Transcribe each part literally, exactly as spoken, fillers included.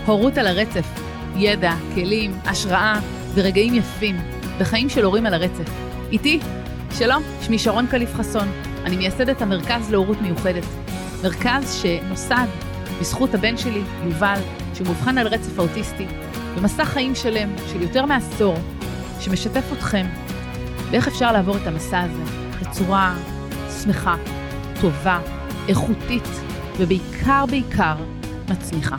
הורות על הרצף, ידע, כלים, השראה ורגעים יפים בחיים של הורים על הרצף. איתי, שלום, שמי שרון קליף חסון, אני מייסדת המרכז להורות מיוחדת. מרכז שנוסד בזכות הבן שלי, יובל, שהוא מובחן על רצף האוטיסטי, במסע חיים שלם של יותר מעשור, שמשתף אתכם באיך אפשר לעבור את המסע הזה בצורה שמחה, טובה, איכותית ובעיקר בעיקר מצמיחה.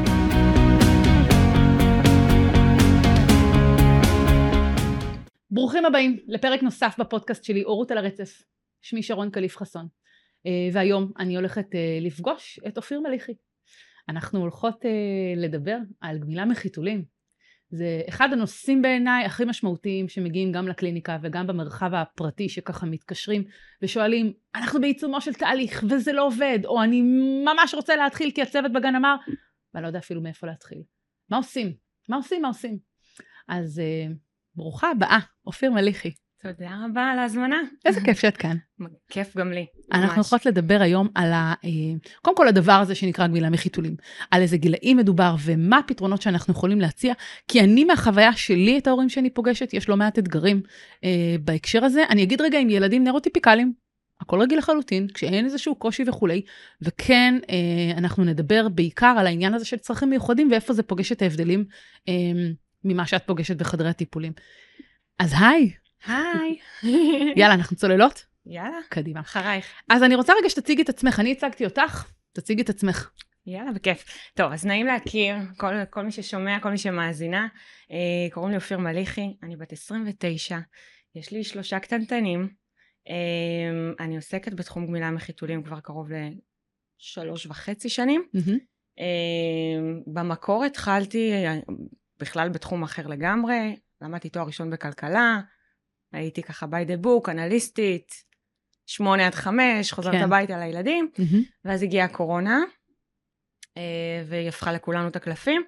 ברוכים הבאים לפרק נוסף בפודקאסט שלי, הורות על הרצף. שמי שרון קליף חסון, והיום אני הולכת לפגוש את אופיר מליחי. אנחנו הולכות לדבר על גמילה מחיתולים. זה אחד הנושאים בעיניי הכי משמעותיים שמגיעים גם לקליניקה וגם במרחב הפרטי, שככה מתקשרים ושואלים, אנחנו בעיצומו של תהליך וזה לא עובד, או אני ממש רוצה להתחיל כי הצוות בגן אמר, ואני לא יודע אפילו מאיפה להתחיל. מה עושים? מה עושים? מה עושים? אז ברוכה הבאה, אופיר מליחי. תודה רבה על ההזמנה. איזה כיף שאת כאן. כיף גם לי. אנחנו הולכות לדבר היום על ה... קודם כל הדבר הזה שנקרא גמילה מחיתולים. על איזה גילאים מדובר ומה הפתרונות שאנחנו יכולים להציע. כי אני מהחוויה שלי את ההורים שאני פוגשת, יש לא מעט אתגרים אה, בהקשר הזה. אני אגיד רגע עם ילדים נוירוטיפיקליים. הכל רגיל לחלוטין, כשאין איזשהו קושי וכולי. וכן, אה, אנחנו נדבר בעיקר על העניין הזה של צרכים מיוחדים ואיפה זה פוגש את ההבדלים אה, ממה שאת פוגשת בחדרי הטיפולים. אז היי. היי. יאללה, אנחנו צוללות? יאללה. קדימה. אחרייך. אז אני רוצה רגע שתציגי את עצמך, אני הצגתי אותך, תציגי את עצמך. יאללה, בכיף. טוב, אז נעים להכיר, כל, כל מי ששומע, כל מי שמאזינה, אה, קוראים לי אופיר מליחי, אני בת עשרים ותשע, יש לי שלושה קטנטנים, אה, אני עוסקת בתחום גמילה מחיתולים כבר קרוב לשלוש וחצי שנים, mm-hmm. אה, במקור התחלתי בכלל בתחום אחר לגמרי, למדתי תואר ראשון בכלכלה, הייתי ככה by the book, אנליסטית, שמונה עד חמש, חוזרת כן. הביתה לילדים, mm-hmm. ואז הגיעה הקורונה, והיא הפכה לכולנו את הקלפים.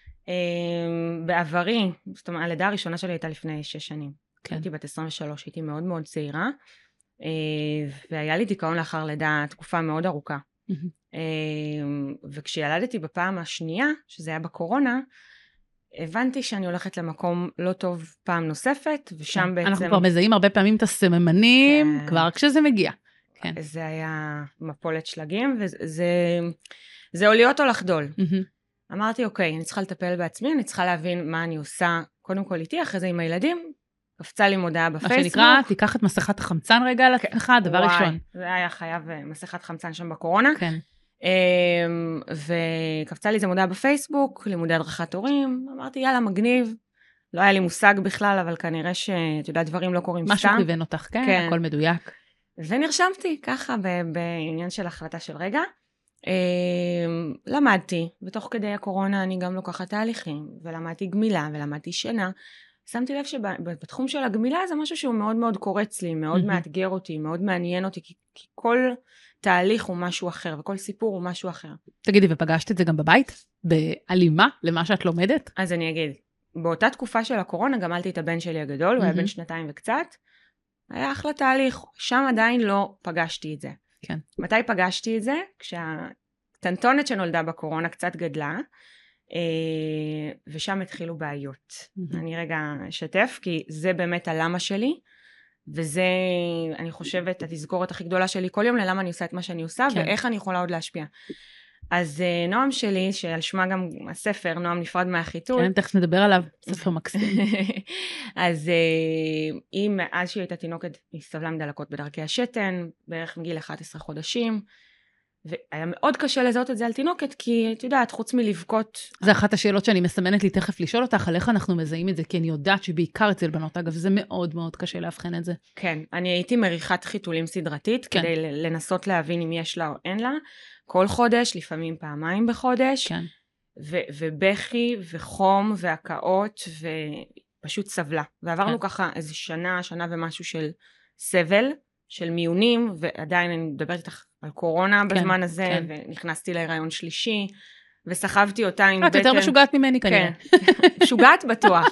בעברי, זאת אומרת, הלידה הראשונה שלי הייתה לפני שש שנים. כן. הייתי בת עשרים ושלוש, הייתי מאוד מאוד צעירה, והיה לי דיכאון לאחר לידה תקופה מאוד ארוכה. Mm-hmm. וכשילדתי בפעם השנייה, שזה היה בקורונה, הבנתי שאני הולכת למקום לא טוב פעם נוספת, ושם כן, בעצם... אנחנו כבר מזהים הרבה פעמים את הסממנים, כן. כבר כשזה מגיע. כן. זה היה מפולת שלגים, וזה זה או להיות או לחדול. Mm-hmm. אמרתי, אוקיי, אני צריכה לטפל בעצמי, אני צריכה להבין מה אני עושה, קודם כל איתי, אחרי זה עם הילדים, קפצה לי מודעה בפייסבוק. מה שנקרא, תיקח את מסכת החמצן רגע על עצמך, דבר ראשון. זה היה חייב מסכת חמצן שם בקורונה. כן. וקפצה לי איזה מודעה בפייסבוק, לימודי הדרכת הורים, אמרתי יאללה מגניב, לא היה לי מושג בכלל, אבל כנראה שאת יודעת דברים לא קורים סתם. משהו כיוון אותך, כן, כן. הכל מדויק. ונרשמתי ככה בעניין של החלטה של רגע, למדתי, ותוך כדי הקורונה אני גם לוקחת תהליכים, ולמדתי גמילה ולמדתי שינה, שמתי לב שבתחום של הגמילה זה משהו שהוא מאוד מאוד קורץ לי, מאוד מאתגר אותי, מאוד מעניין אותי, כי כל... תהליך הוא משהו אחר, וכל סיפור הוא משהו אחר. תגידי, ופגשת את זה גם בבית? בהלימה למה שאת לומדת? אז אני אגיד, באותה תקופה של הקורונה, גמלתי את הבן שלי הגדול, הוא היה בן שנתיים וקצת, היה אחלה תהליך, שם עדיין לא פגשתי את זה. כן. מתי פגשתי את זה? כשהטנטונת שנולדה בקורונה קצת גדלה, ושם התחילו בעיות. אני רגע אשתף, כי זה באמת הלמה שלי, וזה, אני חושבת, התזכורת הכי גדולה שלי כל יום, ללמה אני עושה את מה שאני עושה, כן. ואיך אני יכולה עוד להשפיע. אז נועם שלי, שעל שמה גם הספר, נועם נפרד מהחיתול. כן, תכף נדבר עליו, ספר מקסים. אז היא, מאז שהיא הייתה תינוקת, היא סבלה מדלקות בדרכי השתן, בערך מגיל אחת עשרה חודשים, והיה מאוד קשה לזהות את זה על תינוקת, כי את יודעת, חוץ מלבכות... זה אחת השאלות שאני מסמנת לי תכף לשאול אותך, על איך אנחנו מזהים את זה, כי אני יודעת שבעיקר אצל בנות, אגב, זה מאוד מאוד קשה להבחן את זה. כן, אני הייתי מריחת חיתולים סדרתית, כן. כדי לנסות להבין אם יש לה או אין לה, כל חודש, לפעמים פעמיים בחודש, כן. ו- ובכי וחום והקאות, ופשוט סבלה. ועברנו כן. ככה איזה שנה, שנה ומשהו של סבל, של מיונים, ועדיין אני מדברת איתך על קורונה כן, בזמן הזה, כן. ונכנסתי להיריון שלישי, וסחבתי אותה עם את בטן... את יותר משוגעת ממני כנראה. כן, משוגעת בטוח.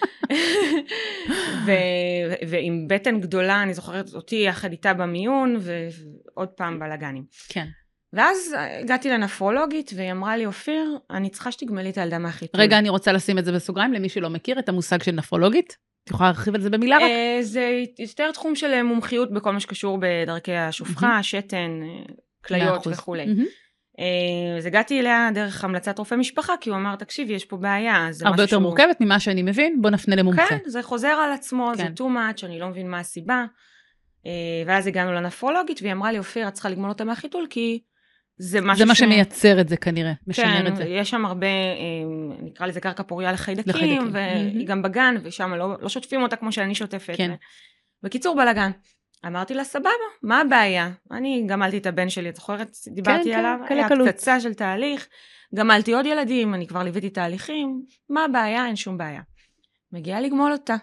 ו- ועם בטן גדולה, אני זוכרת אותי יחד איתה במיון, ועוד פעם בלגנים. כן. ואז הגעתי לנפרולוגית, והיא אמרה לי, אופיר, אני צריכה שתגמלי את הילדה מהחיתול. רגע, אני רוצה לשים את זה בסוגריים, למי שלא מכיר את המושג של נפרולוגית. את יכולה להרחיב על זה במילה רק? זה יותר תחום של מומחיות בכל מה שקשור בדרכי השופחה, שתן, כליות וכו'. אז הגעתי אליה דרך המלצת רופא משפחה, כי הוא אמר, תקשיב, יש פה בעיה. הרבה יותר מורכבת ממה שאני מבין, בוא נפנה למומחה. כן, זה חוזר על עצמו, זה too much, אני לא מבין מה הסיבה. ואז הגענו לנפרולוגית, והיא אמרה לי, אופיר, את צריכה לגמול אותה מהחיתול, כי זה משהו... זה מה שמייצר את זה כנראה, משמר את זה. כן, יש שם הרבה, נקרא לזה קרקע פוריה לחיידקים, והיא גם בגן, ושם לא שוטפים אותה כמו שאני שוטפת. בקיצור, בלגן. אמרתי לה, סבבה, מה הבעיה? אני גמלתי את הבן שלי, את זוכרת? דיברתי עליו, היה קצצה של תהליך, גמלתי עוד ילדים, אני כבר ליוויתי תהליכים, מה הבעיה? אין שום בעיה. מגיעה לגמול אותה.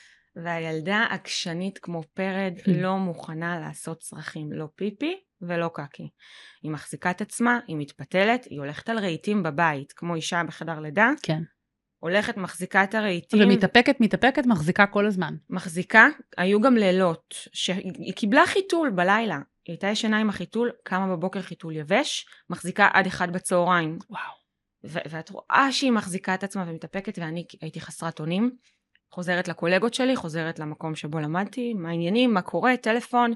והילדה עקשנית כמו פרד לא מוכנה לעשות צרכים, לא פיפי ולא קקי. היא מחזיקה את עצמה, היא מתפתלת, היא הולכת על רהיטים בבית, כמו אישה בחדר לידה. כן. הולכת, מחזיקה את הרהיטים. ומתאפקת, מתאפקת, מחזיקה כל הזמן. מחזיקה, היו גם לילות, שהיא קיבלה חיתול בלילה. היא הייתה ישנה עם החיתול, קמה בבוקר חיתול יבש, מחזיקה עד אחד בצהריים. וואו. ואת רואה שהיא מחזיקה את עצמה ומתאפקת, ואני הייתי חסרת אונים. חוזרת לקולגות שלי, חוזרת למקום שבו למדתי, מה העניינים, מה קורה, טלפון,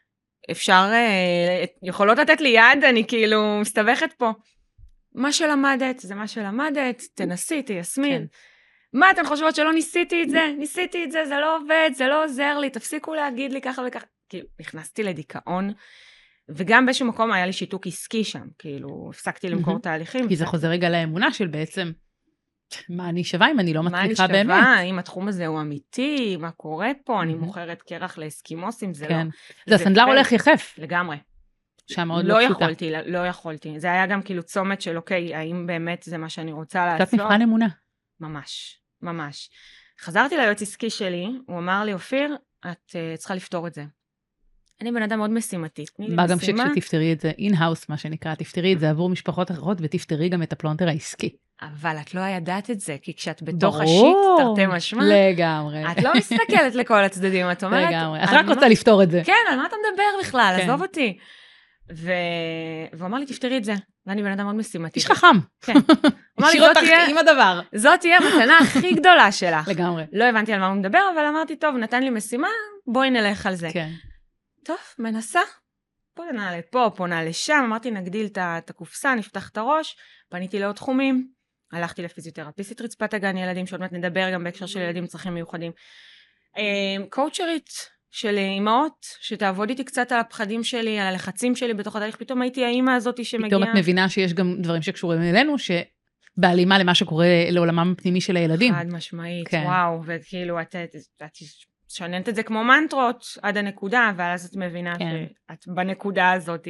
אפשר, יכולות לתת לי יד, אני כאילו מסתבכת פה. מה שלמדת, זה מה שלמדת, תנסי, תיישמי. כן. מה, אתן חושבות שלא ניסיתי את זה? ניסיתי את זה, זה לא עובד, זה לא עוזר לי, תפסיקו להגיד לי ככה וככה. כאילו, נכנסתי לדיכאון, וגם באיזשהו מקום היה לי שיתוק עסקי שם, כאילו, הפסקתי למכור תהליכים. כי זה חוזר רגע לאמונה של בעצם, מה אני שווה אם אני לא מצליחה באמת? מה אני שווה, אם התחום הזה הוא אמיתי, מה קורה פה, אני מוכרת קרח לאסקימוסים, זה לא... זה הסנדלר הולך יחף. לגמרי. שם מאוד לא פשוטה. לא יכולתי, לא יכולתי. זה היה גם כאילו צומת של, אוקיי, האם באמת זה מה שאני רוצה לעשות? קצת מבחן אמונה. ממש, ממש. חזרתי ליועץ עסקי שלי, הוא אמר לי, אופיר, את צריכה לפתור את זה. אני בן אדם מאוד משימתי. מה גם שכשתפתרי את זה, אין-האוס, מה שנקרא, תפתרי את זה עבור משפחות אחרות, ותפתרי גם את הפלונטר העסקי. אבל את לא ידעת את זה, כי כשאת בתוך השיט, תרתי משמע, לגמרי. את לא מסתכלת לכל הצדדים, את אומרת... לגמרי, את רק רוצה לפתור את זה. כן, על מה אתה מדבר בכלל, עזוב אותי. והוא אמר לי, תפתרי את זה, ואני בן אדם מאוד משימתי. איש חכם. כן. השאיר אותך עם הדבר. זאת תהיה המתנה הכי גדולה שלך. לגמרי. לא הבנתי על מה הוא מדבר, אבל אמרתי, טוב, נתן לי משימה, בואי נלך על זה. כן. טוב, מנסה. פונה לפה, פונה לשם, אמרתי, נגדיל את הקופסה, נפתח את הראש, פניתי לעוד תחומים, הלכתי לפיזיותרפיסטית רצפת הגן ילדים, שעוד מעט נדבר גם בהקשר של ילדים עם צרכים מיוחדים. קואוצ'רית של אימהות, שתעבוד איתי קצת על הפחדים שלי, על הלחצים שלי בתוך התהליך, פתאום הייתי האימא הזאת שמגיעה... פתאום את מבינה שיש גם דברים שקשורים אלינו, שבהלימה למה שקורה לעולמם הפנימי של הילדים. חד משמעית, וואו, וכאילו את... שננת את זה כמו מנטרות עד הנקודה, ואז את מבינה כן. שאת בנקודה הזאת.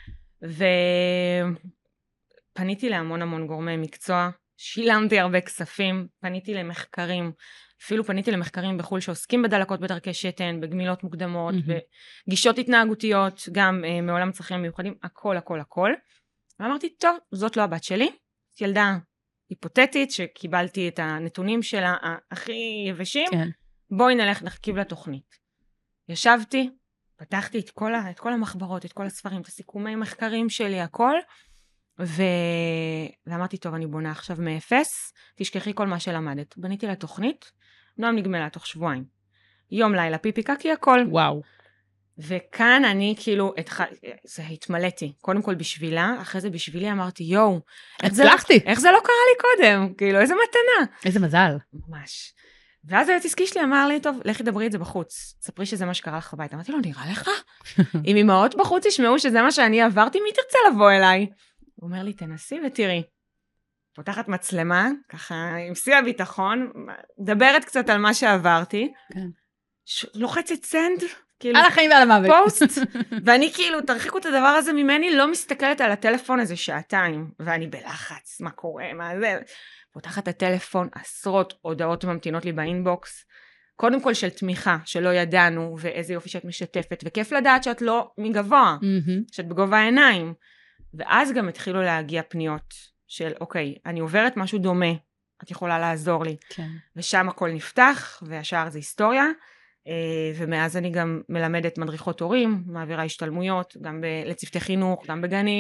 ופניתי להמון המון גורמי מקצוע, שילמתי הרבה כספים, פניתי למחקרים, אפילו פניתי למחקרים בחול שעוסקים בדלקות בדרכי שתן, בגמילות מוקדמות, mm-hmm. בגישות התנהגותיות, גם uh, מעולם צרכים מיוחדים, הכל, הכל, הכל. ואמרתי, טוב, זאת לא הבת שלי, ילדה היפותטית, שקיבלתי את הנתונים שלה הכי יבשים, כן. בואי נלך נחכיב לתוכנית. ישבתי, פתחתי את כל, ה, את כל המחברות, את כל הספרים, את הסיכומי מחקרים שלי, הכל, ו... ואמרתי, טוב, אני בונה עכשיו מאפס, תשכחי כל מה שלמדת. בניתי לתוכנית, נועם נגמלה תוך שבועיים. יום לילה, פיפי קקי, הכל. וואו. וכאן אני כאילו, התח... זה התמלאתי. קודם כל בשבילה, אחרי זה בשבילי אמרתי, יואו, איך זה, לא... איך זה לא קרה לי קודם? כאילו, איזה מתנה. איזה מזל. ממש. ואז היועץ עסקי שלי אמר לי, טוב, לכי דברי את זה בחוץ. ספרי שזה מה שקרה לך בבית. אמרתי לו, נראה לך? אם אמהות בחוץ ישמעו שזה מה שאני עברתי, מי תרצה לבוא אליי? הוא אומר לי, תנסי ותראי. פותחת מצלמה, ככה, עם שיא הביטחון, דברת קצת על מה שעברתי. כן. ש... לוחצת סנד, כאילו... על החיים ועל המוות. פוסט, ואני כאילו, תרחיקו את הדבר הזה ממני, לא מסתכלת על הטלפון הזה שעתיים, ואני בלחץ, מה קורה, מה זה... פותחת את הטלפון, עשרות הודעות ממתינות לי באינבוקס, קודם כל של תמיכה, שלא ידענו, ואיזה יופי שאת משתפת, וכיף לדעת שאת לא מגבוה, mm-hmm. שאת בגובה העיניים. ואז גם התחילו להגיע פניות של, אוקיי, אני עוברת משהו דומה, את יכולה לעזור לי. כן. ושם הכל נפתח, והשאר זה היסטוריה, ומאז אני גם מלמדת מדריכות הורים, מעבירה השתלמויות, גם ב- לצוותי חינוך, גם בגנים.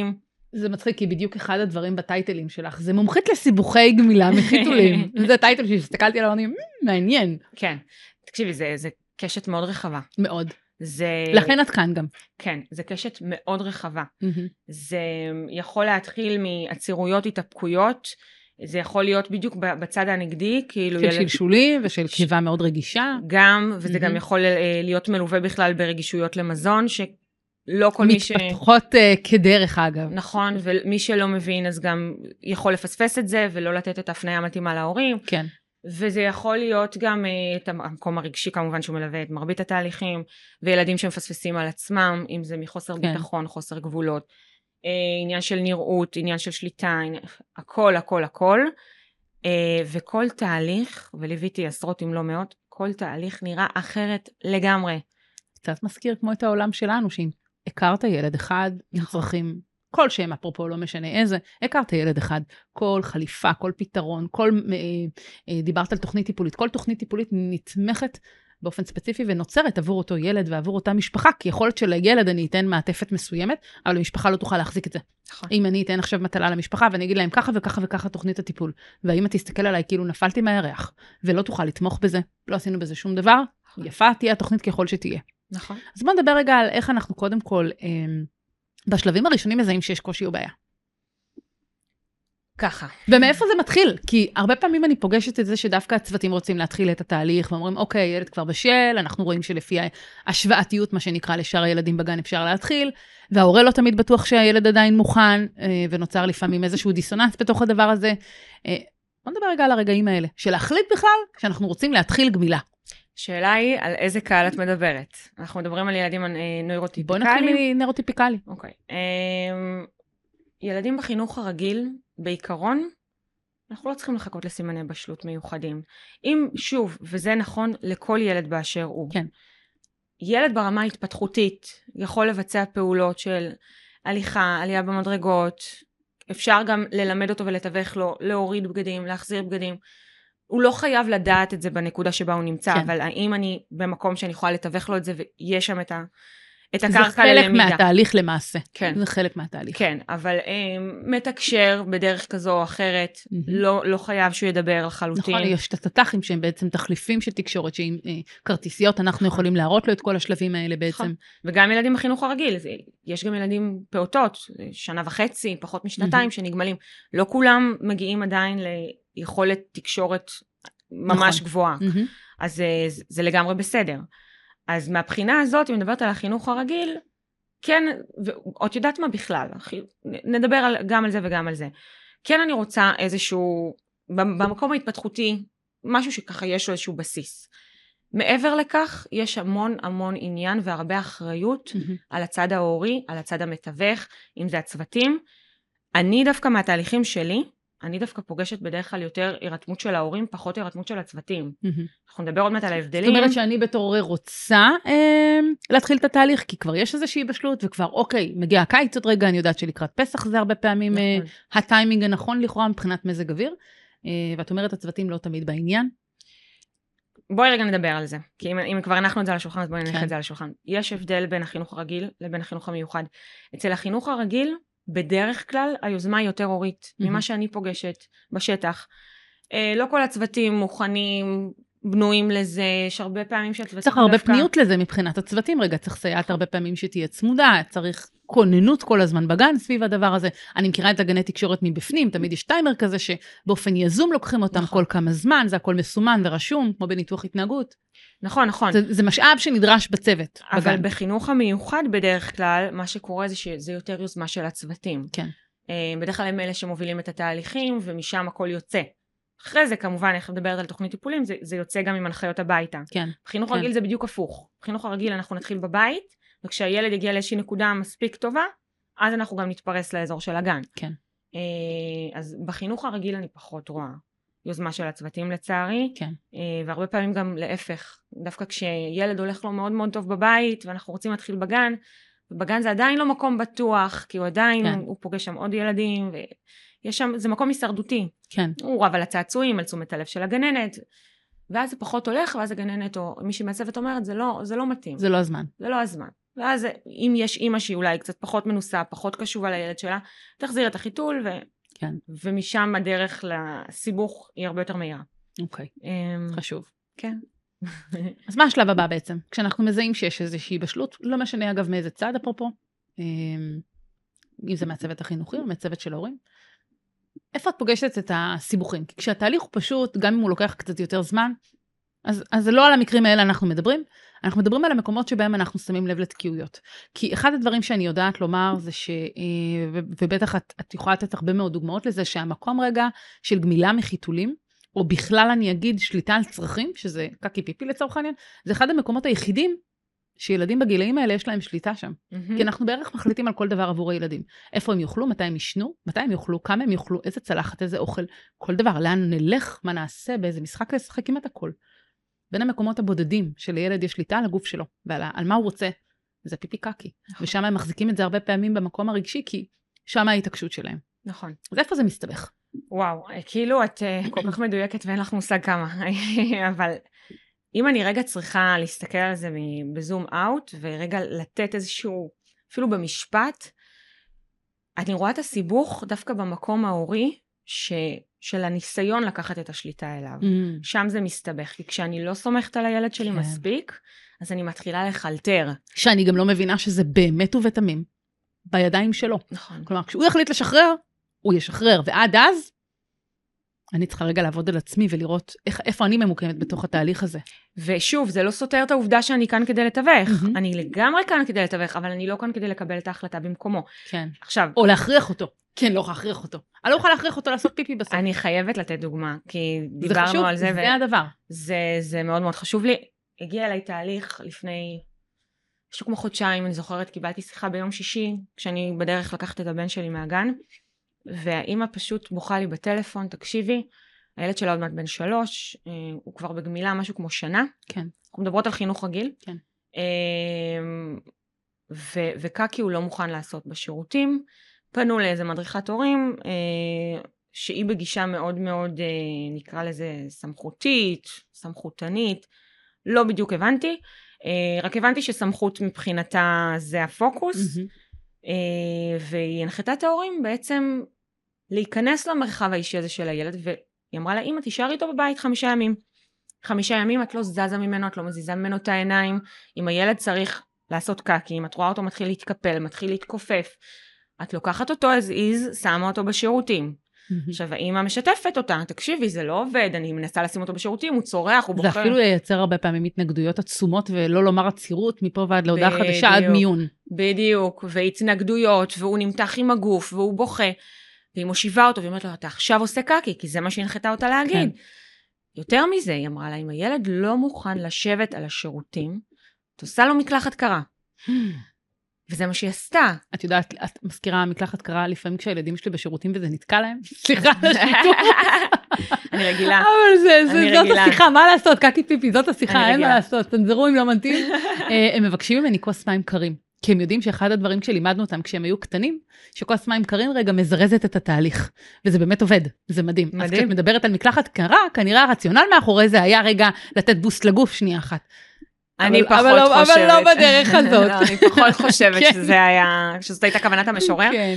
זה מצחיק, כי בדיוק אחד הדברים בטייטלים שלך, זה מומחית לסיבוכי גמילה מחיתולים. זה טייטל שהסתכלתי עליו, אני, מעניין. כן, תקשיבי, זה, זה קשת מאוד רחבה. מאוד. זה... לכן את כאן גם. כן, זה קשת מאוד רחבה. Mm-hmm. זה יכול להתחיל מעצירויות, התאפקויות, זה יכול להיות בדיוק בצד הנגדי, כאילו... של ילד... שלשולים ושל כתיבה מאוד רגישה. גם, וזה Mm-hmm. גם יכול להיות מלווה בכלל ברגישויות למזון, שלא כל מי ש... מתפתחות uh, כדרך אגב. נכון, ומי שלא מבין אז גם יכול לפספס את זה, ולא לתת את ההפניה המתאימה להורים. כן. וזה יכול להיות גם את המקום הרגשי כמובן שהוא מלווה את מרבית התהליכים, וילדים שמפספסים על עצמם, אם זה מחוסר כן. ביטחון, חוסר גבולות, עניין של נראות, עניין של שליטה, הכל, הכל, הכל. וכל תהליך, וליוויתי עשרות אם לא מאות, כל תהליך נראה אחרת לגמרי. קצת מזכיר כמו את העולם שלנו, שאם הכרת ילד אחד, עם צרכים כל שם, אפרופו לא משנה איזה, הכרת ילד אחד, כל חליפה, כל פתרון, כל, דיברת על תוכנית טיפולית, כל תוכנית טיפולית נתמכת באופן ספציפי ונוצרת עבור אותו ילד ועבור אותה משפחה, כי יכול להיות שלילד אני אתן מעטפת מסוימת, אבל המשפחה לא תוכל להחזיק את זה. נכון. אם אני אתן עכשיו מטלה למשפחה ואני אגיד להם ככה וככה וככה תוכנית הטיפול, והאמא תסתכל עליי כאילו נפלתי מהירח, ולא תוכל לתמוך בזה, לא עשינו בזה שום דבר, נכון. יפה תהיה התוכנית ככל שתהיה. נכון. אז בוא נדבר רגע על איך אנחנו קודם כל, בשלבים הראשונים מזהים שיש קושי או בעיה. ככה. ומאיפה זה מתחיל? כי הרבה פעמים אני פוגשת את זה שדווקא הצוותים רוצים להתחיל את התהליך, ואומרים, אוקיי, ילד כבר בשל, אנחנו רואים שלפי השוואתיות, מה שנקרא לשאר הילדים בגן אפשר להתחיל, וההורה לא תמיד בטוח שהילד עדיין מוכן, ונוצר לפעמים איזשהו דיסוננס בתוך הדבר הזה. בוא נדבר רגע על הרגעים האלה, של להחליט בכלל שאנחנו רוצים להתחיל גמילה. שאלה היא על איזה קהל את מדברת. אנחנו מדברים על ילדים נוירוטיפיקליים. בוא נתחיל מנוירוטיפיקלי. אוקיי. ילדים בחינוך הרגיל, בעיקרון, אנחנו לא צריכים לחכות לסימני בשלות מיוחדים. אם, שוב, וזה נכון לכל ילד באשר הוא. כן. ילד ברמה התפתחותית יכול לבצע פעולות של הליכה, עלייה במדרגות, אפשר גם ללמד אותו ולתווך לו, להוריד בגדים, להחזיר בגדים. הוא לא חייב לדעת את זה בנקודה שבה הוא נמצא, כן. אבל האם אני במקום שאני יכולה לתווך לו את זה, ויש שם את, ה, את הקרקע ללמידה. זה חלק מהתהליך למעשה. כן. זה חלק מהתהליך. כן, אבל um, מתקשר בדרך כזו או אחרת, mm-hmm. לא, לא חייב שהוא ידבר לחלוטין. נכון, יש את התתחים שהם בעצם תחליפים של תקשורת, שעם אה, כרטיסיות אנחנו יכולים להראות לו את כל השלבים האלה בעצם. נכון. וגם ילדים בחינוך הרגיל, זה, יש גם ילדים פעוטות, שנה וחצי, פחות משנתיים, mm-hmm. שנגמלים. לא כולם מגיעים עדיין ל... יכולת תקשורת ממש נכון. גבוהה. Mm-hmm. אז זה, זה לגמרי בסדר. אז מהבחינה הזאת, אם מדברת על החינוך הרגיל, כן, ואת יודעת מה בכלל, נדבר על, גם על זה וגם על זה. כן אני רוצה איזשהו, במקום ההתפתחותי, משהו שככה יש לו איזשהו בסיס. מעבר לכך, יש המון המון עניין והרבה אחריות mm-hmm. על הצד ההורי, על הצד המתווך, אם זה הצוותים. אני דווקא מהתהליכים שלי, אני דווקא פוגשת בדרך כלל יותר הירתמות של ההורים, פחות הירתמות של הצוותים. Mm-hmm. אנחנו נדבר עוד מעט על ההבדלים. זאת אומרת שאני בתור הורה רוצה אה, להתחיל את התהליך, כי כבר יש איזושהי בשלות, וכבר אוקיי, מגיע הקיץ עוד רגע, אני יודעת שלקראת פסח זה הרבה פעמים נכון. אה, הטיימינג הנכון לכאורה מבחינת מזג אוויר, אה, ואת אומרת הצוותים לא תמיד בעניין. בואי רגע נדבר על זה, כי אם, אם כבר אנחנו את זה על השולחן, אז בואי נלך כן. את זה על השולחן. יש הבדל בין החינוך הרגיל לבין החינוך המיוחד. אצל החינוך הרגיל, בדרך כלל היוזמה היא יותר הורית, mm-hmm. ממה שאני פוגשת בשטח. אה, לא כל הצוותים מוכנים, בנויים לזה, יש הרבה פעמים שהצוותים... צריך הרבה דווקא... פניות לזה מבחינת הצוותים, רגע, צריך סייעת הרבה פעמים שתהיה צמודה, צריך כוננות כל הזמן בגן סביב הדבר הזה. אני מכירה את הגני תקשורת מבפנים, תמיד יש טיימר כזה שבאופן יזום לוקחים אותם נכון. כל כמה זמן, זה הכל מסומן ורשום, כמו בניתוח התנהגות. נכון, נכון. זה, זה משאב שנדרש בצוות. אבל בגן. בחינוך המיוחד בדרך כלל, מה שקורה זה שזה יותר יוזמה של הצוותים. כן. בדרך כלל הם אלה שמובילים את התהליכים, ומשם הכל יוצא. אחרי זה כמובן, איך מדברת על תוכנית טיפולים, זה, זה יוצא גם עם הנחיות הביתה. כן. בחינוך כן. הרגיל זה בדיוק הפוך. בחינוך הרגיל אנחנו נתחיל בבית, וכשהילד יגיע לאיזושהי נקודה מספיק טובה, אז אנחנו גם נתפרס לאזור של הגן. כן. אז בחינוך הרגיל אני פחות רואה יוזמה של הצוותים לצערי, כן. והרבה פעמים גם להפך. דווקא כשילד הולך לו מאוד מאוד טוב בבית, ואנחנו רוצים להתחיל בגן, ובגן זה עדיין לא מקום בטוח, כי הוא עדיין, כן. הוא פוגש שם עוד ילדים, ויש שם, זה מקום הישרדותי. כן. הוא רב על הצעצועים, על תשומת הלב של הגננת, ואז זה פחות הולך, ואז הגננת או מישהי מהצוות אומרת, זה לא, זה לא מתאים. זה לא הזמן. זה לא הזמן. ואז אם יש אימא שהיא אולי קצת פחות מנוסה, פחות קשובה לילד שלה, תחזיר את החיתול, ו... כן. ומשם הדרך לסיבוך היא הרבה יותר מהירה. אוקיי, חשוב. כן. אז מה השלב הבא בעצם? כשאנחנו מזהים שיש איזושהי בשלות, לא משנה אגב מאיזה צד אפרופו, אם זה מהצוות החינוכי או מהצוות של ההורים, איפה את פוגשת את הסיבוכים? כי כשהתהליך הוא פשוט, גם אם הוא לוקח קצת יותר זמן, אז, אז לא על המקרים האלה אנחנו מדברים, אנחנו מדברים על המקומות שבהם אנחנו שמים לב לתקיעויות. כי אחד הדברים שאני יודעת לומר זה ש, ובטח את, את יכולה לתת הרבה מאוד דוגמאות לזה, שהמקום רגע של גמילה מחיתולים, או בכלל אני אגיד שליטה על צרכים, שזה קקי פיפי לצורך העניין, זה אחד המקומות היחידים שילדים בגילאים האלה יש להם שליטה שם. Mm-hmm. כי אנחנו בערך מחליטים על כל דבר עבור הילדים. איפה הם יאכלו, מתי הם ישנו, מתי הם יאכלו, כמה הם יאכלו, איזה צלחת, איזה אוכל, כל דבר, לאן נלך, מה נעשה, באיזה משחק לשחק כמעט הכל. בין המקומות הבודדים שלילד יש שליטה על הגוף שלו, ועל על מה הוא רוצה, זה פיפי קקי. נכון. ושם הם מחזיקים את זה הרבה פעמים במקום הרגשי, כי שם ההתעקשות שלהם. נכון. אז איפה זה מסתבך? וואו, כאילו את uh, כל כך מדויקת ואין לך מושג כמה, אבל אם אני רגע צריכה להסתכל על זה בזום אאוט, ורגע לתת איזשהו, אפילו במשפט, אני רואה את הסיבוך דווקא במקום ההורי, ש, של הניסיון לקחת את השליטה אליו. Mm. שם זה מסתבך, כי כשאני לא סומכת על הילד שלי כן. מספיק, אז אני מתחילה לחלטר. שאני גם לא מבינה שזה באמת ובתמים, בידיים שלו. נכון. כלומר, כשהוא יחליט לשחרר, הוא ישחרר, ועד אז, אני צריכה רגע לעבוד על עצמי ולראות איך, איפה אני ממוקמת בתוך התהליך הזה. ושוב, זה לא סותר את העובדה שאני כאן כדי לתווך. Mm-hmm. אני לגמרי כאן כדי לתווך, אבל אני לא כאן כדי לקבל את ההחלטה במקומו. כן. עכשיו... או להכריח אותו. כן, לא להכריח אותו. אני לא יכולה להכריח אותו לעשות פיפי בסוף. אני חייבת לתת דוגמה, כי דיברנו חשוב, על זה. זה חשוב, זה הדבר. זה, זה מאוד מאוד חשוב לי. הגיע אליי תהליך לפני... משהו כמו חודשיים, אני זוכרת, קיבלתי שיחה ביום שישי, כשאני בדרך לקחת את הבן שלי מהגן, והאמא פשוט בוכה לי בטלפון, תקשיבי, הילד שלה עוד מעט בן שלוש, הוא כבר בגמילה משהו כמו שנה. כן. אנחנו מדברות על חינוך רגיל. כן. ו- וקקי הוא לא מוכן לעשות בשירותים. פנו לאיזה מדריכת הורים, שהיא בגישה מאוד מאוד, נקרא לזה סמכותית, סמכותנית. לא בדיוק הבנתי, רק הבנתי שסמכות מבחינתה זה הפוקוס, mm-hmm. והיא הנחתה את ההורים בעצם להיכנס למרחב האישי הזה של הילד, והיא אמרה לה, אמא, תישארי איתו בבית חמישה ימים. חמישה ימים את לא זזה ממנו, את לא מזיזה ממנו את העיניים. אם הילד צריך לעשות קקי, אם את רואה אותו מתחיל להתקפל, מתחיל להתכופף, את לוקחת אותו as is, שמה אותו בשירותים. Mm-hmm. עכשיו, האמא משתפת אותה, תקשיבי, זה לא עובד, אני מנסה לשים אותו בשירותים, הוא צורח, הוא בוחר. זה אפילו ייצר הרבה פעמים התנגדויות עצומות, ולא לומר עצירות מפה ועד להודעה חדשה עד מיון. בדיוק, והתנגדויות, והוא נמתח עם הגוף, והוא בוכה, והיא מושיבה אותו, והיא אומרת לו, אתה עכשיו עושה קקי, כי זה מה שהנחתה אותה להגיד. כן. יותר מזה, היא אמרה לה, אם הילד לא מוכן לשבת על השירותים, תעשה לו מקלחת קרה. וזה מה שהיא עשתה. את יודעת, את מזכירה מקלחת קרה לפעמים כשהילדים שלי בשירותים וזה נתקע להם? סליחה, אני רגילה. אבל זה, זה, זאת השיחה, מה לעשות? קקי פיפי, זאת השיחה, אין מה לעשות, תנזרו אם לא מנתים. הם מבקשים ממני כוס מים קרים, כי הם יודעים שאחד הדברים שלימדנו אותם כשהם היו קטנים, שכוס מים קרים רגע מזרזת את התהליך, וזה באמת עובד, זה מדהים. מדהים. אז כשאת מדברת על מקלחת קרה, כנראה הרציונל מאחורי זה היה רגע לתת בוסט לגוף שנייה אחת. אני אבל, פחות אבל חושבת. אבל לא בדרך הזאת. לא, אני פחות חושבת שזה היה, שזאת הייתה כוונת המשורר. כן.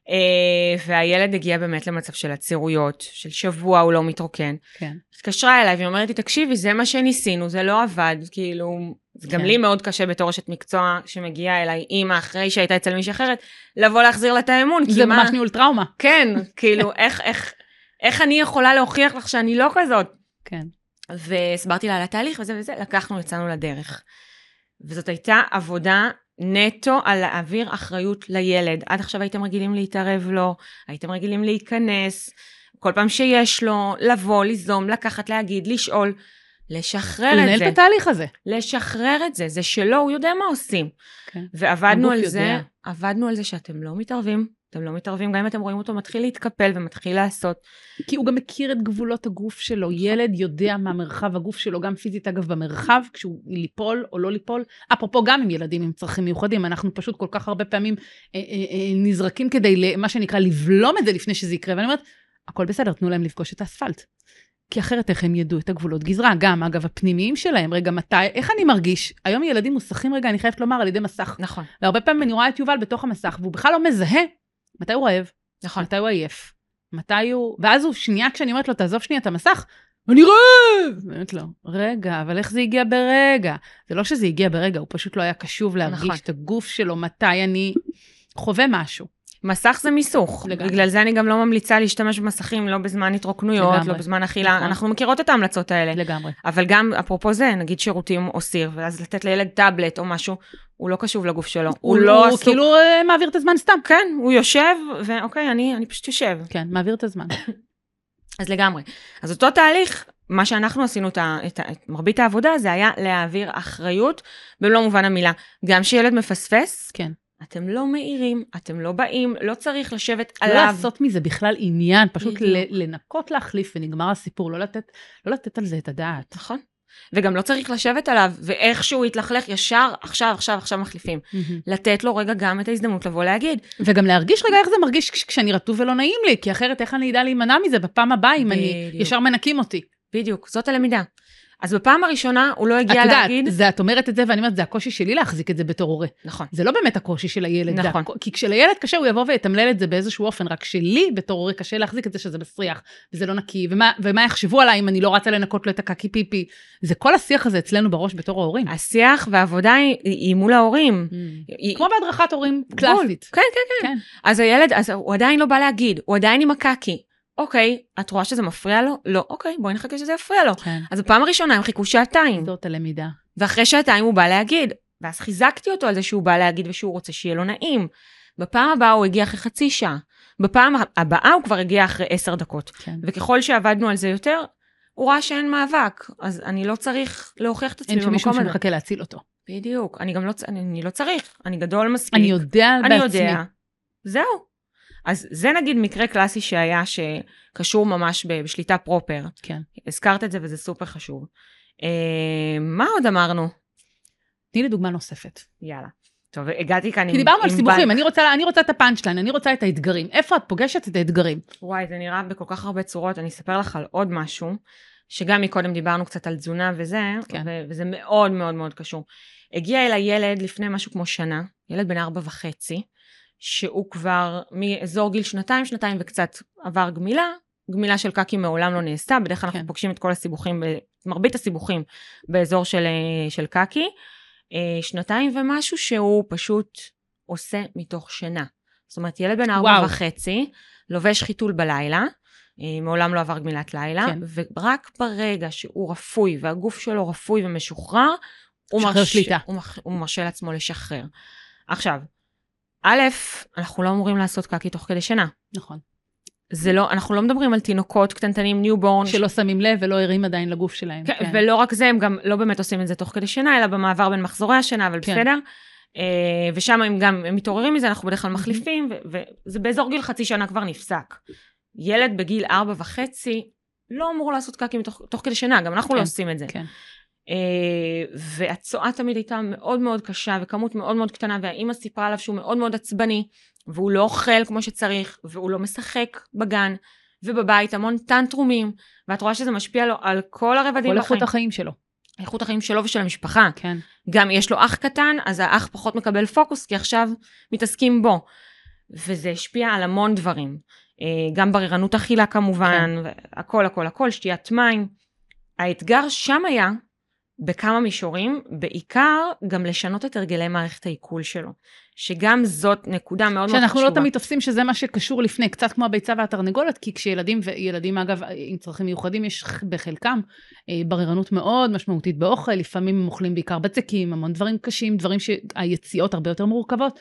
והילד הגיע באמת למצב של עצירויות, של שבוע הוא לא מתרוקן. כן. התקשרה אליי והיא אומרת לי, תקשיבי, זה מה שניסינו, זה לא עבד, כאילו, זה גם לי מאוד קשה בתור אשת מקצוע שמגיעה אליי, אמא אחרי שהייתה אצל מישהי אחרת, לבוא להחזיר לה את האמון. זה ממש ניהול טראומה. כן, כאילו, איך אני יכולה להוכיח לך שאני לא כזאת? כן. והסברתי לה על התהליך וזה וזה, לקחנו, יצאנו לדרך. וזאת הייתה עבודה נטו על להעביר אחריות לילד. עד עכשיו הייתם רגילים להתערב לו, הייתם רגילים להיכנס, כל פעם שיש לו, לבוא, ליזום, לקחת, להגיד, לשאול, לשחרר את זה. לנהל את התהליך הזה. לשחרר את זה, זה שלא, הוא יודע מה עושים. כן. ועבדנו על זה, עבדנו על זה שאתם לא מתערבים, אתם לא מתערבים, גם אם אתם רואים אותו מתחיל להתקפל ומתחיל לעשות. כי הוא גם מכיר את גבולות הגוף שלו, ילד יודע מה מרחב הגוף שלו, גם פיזית אגב במרחב, כשהוא ליפול או לא ליפול, אפרופו גם עם ילדים עם צרכים מיוחדים, אנחנו פשוט כל כך הרבה פעמים אה, אה, אה, נזרקים כדי, מה שנקרא, לבלום את זה לפני שזה יקרה, ואני אומרת, הכל בסדר, תנו להם לפגוש את האספלט. כי אחרת איך הם ידעו את הגבולות גזרה, גם, אגב, הפנימיים שלהם, רגע, מתי, איך אני מרגיש? היום ילדים מוסכים, רגע, אני חייבת לומר, על ידי מסך. נכון. והרבה פעמים אני רואה את יובל בתוך המסך, והוא בכלל לא מזהה מתי הוא רעב, נכון. מתי הוא עייף, מתי הוא... ואז הוא שנייה, כשאני אומרת לו, תעזוב שנייה את המסך, אני רעב! ואני אומרת לו, רגע, אבל איך זה הגיע ברגע? זה לא שזה הגיע ברגע, הוא פשוט לא היה קשוב להרגיש נכון. את הגוף שלו, מתי אני חווה משהו. מסך זה מיסוך. לגמרי. בגלל זה אני גם לא ממליצה להשתמש במסכים, לא בזמן התרוקנויות, לגמרי. לא בזמן אכילה. נכון. אנחנו מכירות את ההמלצות האלה. לגמרי. אבל גם, אפרופו זה, נגיד שירותים או סיר, ואז לתת לילד טאבלט או משהו, הוא לא קשוב לגוף שלו. הוא, הוא לא הוא עסוק. כאילו אה, מעביר את הזמן סתם. כן, הוא יושב, ואוקיי, אני, אני פשוט יושב. כן, מעביר את הזמן. אז לגמרי. אז אותו תהליך, מה שאנחנו עשינו את, ה, את, ה, את מרבית העבודה, זה היה להעביר אחריות, במלוא מובן המילה. גם שילד מפספס, כן. אתם לא מאירים, אתם לא באים, לא צריך לשבת לא עליו. לעשות מזה בכלל עניין, פשוט בדיוק. ל- לנקות להחליף ונגמר הסיפור, לא לתת, לא לתת על זה את הדעת. נכון. וגם לא צריך לשבת עליו, ואיכשהו יתלכלך ישר, עכשיו, עכשיו, עכשיו מחליפים. לתת לו רגע גם את ההזדמנות לבוא להגיד. וגם להרגיש רגע איך זה מרגיש כש- כשאני רטוב ולא נעים לי, כי אחרת איך אני אדע להימנע מזה בפעם הבאה אם אני בדיוק. ישר מנקים אותי. בדיוק, זאת הלמידה. אז בפעם הראשונה הוא לא את הגיע יודעת, להגיד... זה, את אומרת את זה ואני אומרת, זה הקושי שלי להחזיק את זה בתור הורה. נכון. זה לא באמת הקושי של הילד. זה נכון. הקו- כי כשלילד קשה הוא יבוא ויתמלל את זה באיזשהו אופן, רק שלי בתור הורה קשה להחזיק את זה שזה מסריח, וזה לא נקי, ומה, ומה יחשבו עליי אם אני לא רצה לנקות לו את הקקי פיפי. זה כל השיח הזה אצלנו בראש בתור ההורים. השיח והעבודה היא, היא מול ההורים. Mm. היא- כמו בהדרכת הורים בול. קלאסית. כן, כן, כן. כן. אז הילד, אז הוא עדיין לא בא להגיד, הוא עדיין עם הקקי. אוקיי, את רואה שזה מפריע לו? לא, אוקיי, בואי נחכה שזה יפריע לו. כן. אז בפעם הראשונה הם חיכו שעתיים. זאת הלמידה. ואחרי שעתיים הוא בא להגיד, ואז חיזקתי אותו על זה שהוא בא להגיד ושהוא רוצה שיהיה לו נעים. בפעם הבאה הוא הגיע אחרי חצי שעה. בפעם הבאה הוא כבר הגיע אחרי עשר דקות. כן. וככל שעבדנו על זה יותר, הוא ראה שאין מאבק. אז אני לא צריך להוכיח את עצמי אין במקום שמישהו הזה. שמחכה להציל אותו. בדיוק. אני גם לא, צ- אני, אני לא צריך. אני גדול מספיק. אני יודע אני בעצמי. יודע. זהו. אז זה נגיד מקרה קלאסי שהיה שקשור ממש ב- בשליטה פרופר. כן. הזכרת את זה וזה סופר חשוב. אה, מה עוד אמרנו? תני לי דוגמה נוספת. יאללה. טוב, הגעתי כאן עם... כי דיברנו על עם סיבוכים, בנק. אני רוצה, אני רוצה את הפאנצ'ליין, אני רוצה את האתגרים. איפה את פוגשת את האתגרים? וואי, זה נראה בכל כך הרבה צורות. אני אספר לך על עוד משהו, שגם מקודם דיברנו קצת על תזונה וזה, כן. ו- וזה מאוד מאוד מאוד קשור. הגיע אל הילד לפני משהו כמו שנה, ילד בן ארבע וחצי, שהוא כבר מאזור גיל שנתיים, שנתיים וקצת עבר גמילה, גמילה של קקי מעולם לא נעשתה, בדרך כלל כן. אנחנו פוגשים את כל הסיבוכים, מרבית הסיבוכים באזור של, של קקי, שנתיים ומשהו שהוא פשוט עושה מתוך שינה. זאת אומרת, ילד בן ארבע וואו. וחצי, לובש חיתול בלילה, מעולם לא עבר גמילת לילה, כן. ורק ברגע שהוא רפוי, והגוף שלו רפוי ומשוחרר, הוא משחרר מרש... שליטה. הוא, מח... הוא מרשה לעצמו לשחרר. עכשיו, א', אנחנו לא אמורים לעשות קקי תוך כדי שינה. נכון. זה לא, אנחנו לא מדברים על תינוקות קטנטנים, ניובורן. שלא שמים לב ולא ערים עדיין לגוף שלהם. כן, כן. ולא רק זה, הם גם לא באמת עושים את זה תוך כדי שינה, אלא במעבר בין מחזורי השינה, אבל כן. בסדר. אה, ושם הם גם הם מתעוררים מזה, אנחנו בדרך כלל מחליפים, ו- וזה באזור גיל חצי שנה כבר נפסק. ילד בגיל ארבע וחצי לא אמור לעשות קקי מתוך, תוך כדי שינה, גם אנחנו כן, לא עושים את זה. כן. Uh, והצועה תמיד הייתה מאוד מאוד קשה, וכמות מאוד מאוד קטנה, והאמא סיפרה עליו שהוא מאוד מאוד עצבני, והוא לא אוכל כמו שצריך, והוא לא משחק בגן, ובבית המון טנטרומים, ואת רואה שזה משפיע לו על כל הרבדים כל בחיים. איכות החיים שלו. איכות החיים שלו ושל המשפחה. כן. גם יש לו אח קטן, אז האח פחות מקבל פוקוס, כי עכשיו מתעסקים בו. וזה השפיע על המון דברים. Uh, גם בררנות אכילה כמובן, כן. הכל הכל הכל, שתיית מים. האתגר שם היה, בכמה מישורים, בעיקר גם לשנות את הרגלי מערכת העיכול שלו. שגם זאת נקודה מאוד מאוד חשובה. שאנחנו לא תמיד תופסים שזה מה שקשור לפני, קצת כמו הביצה והתרנגולת, כי כשילדים, וילדים אגב עם צרכים מיוחדים, יש בחלקם בררנות מאוד משמעותית באוכל, לפעמים הם אוכלים בעיקר בצקים, המון דברים קשים, דברים שהיציאות הרבה יותר מורכבות.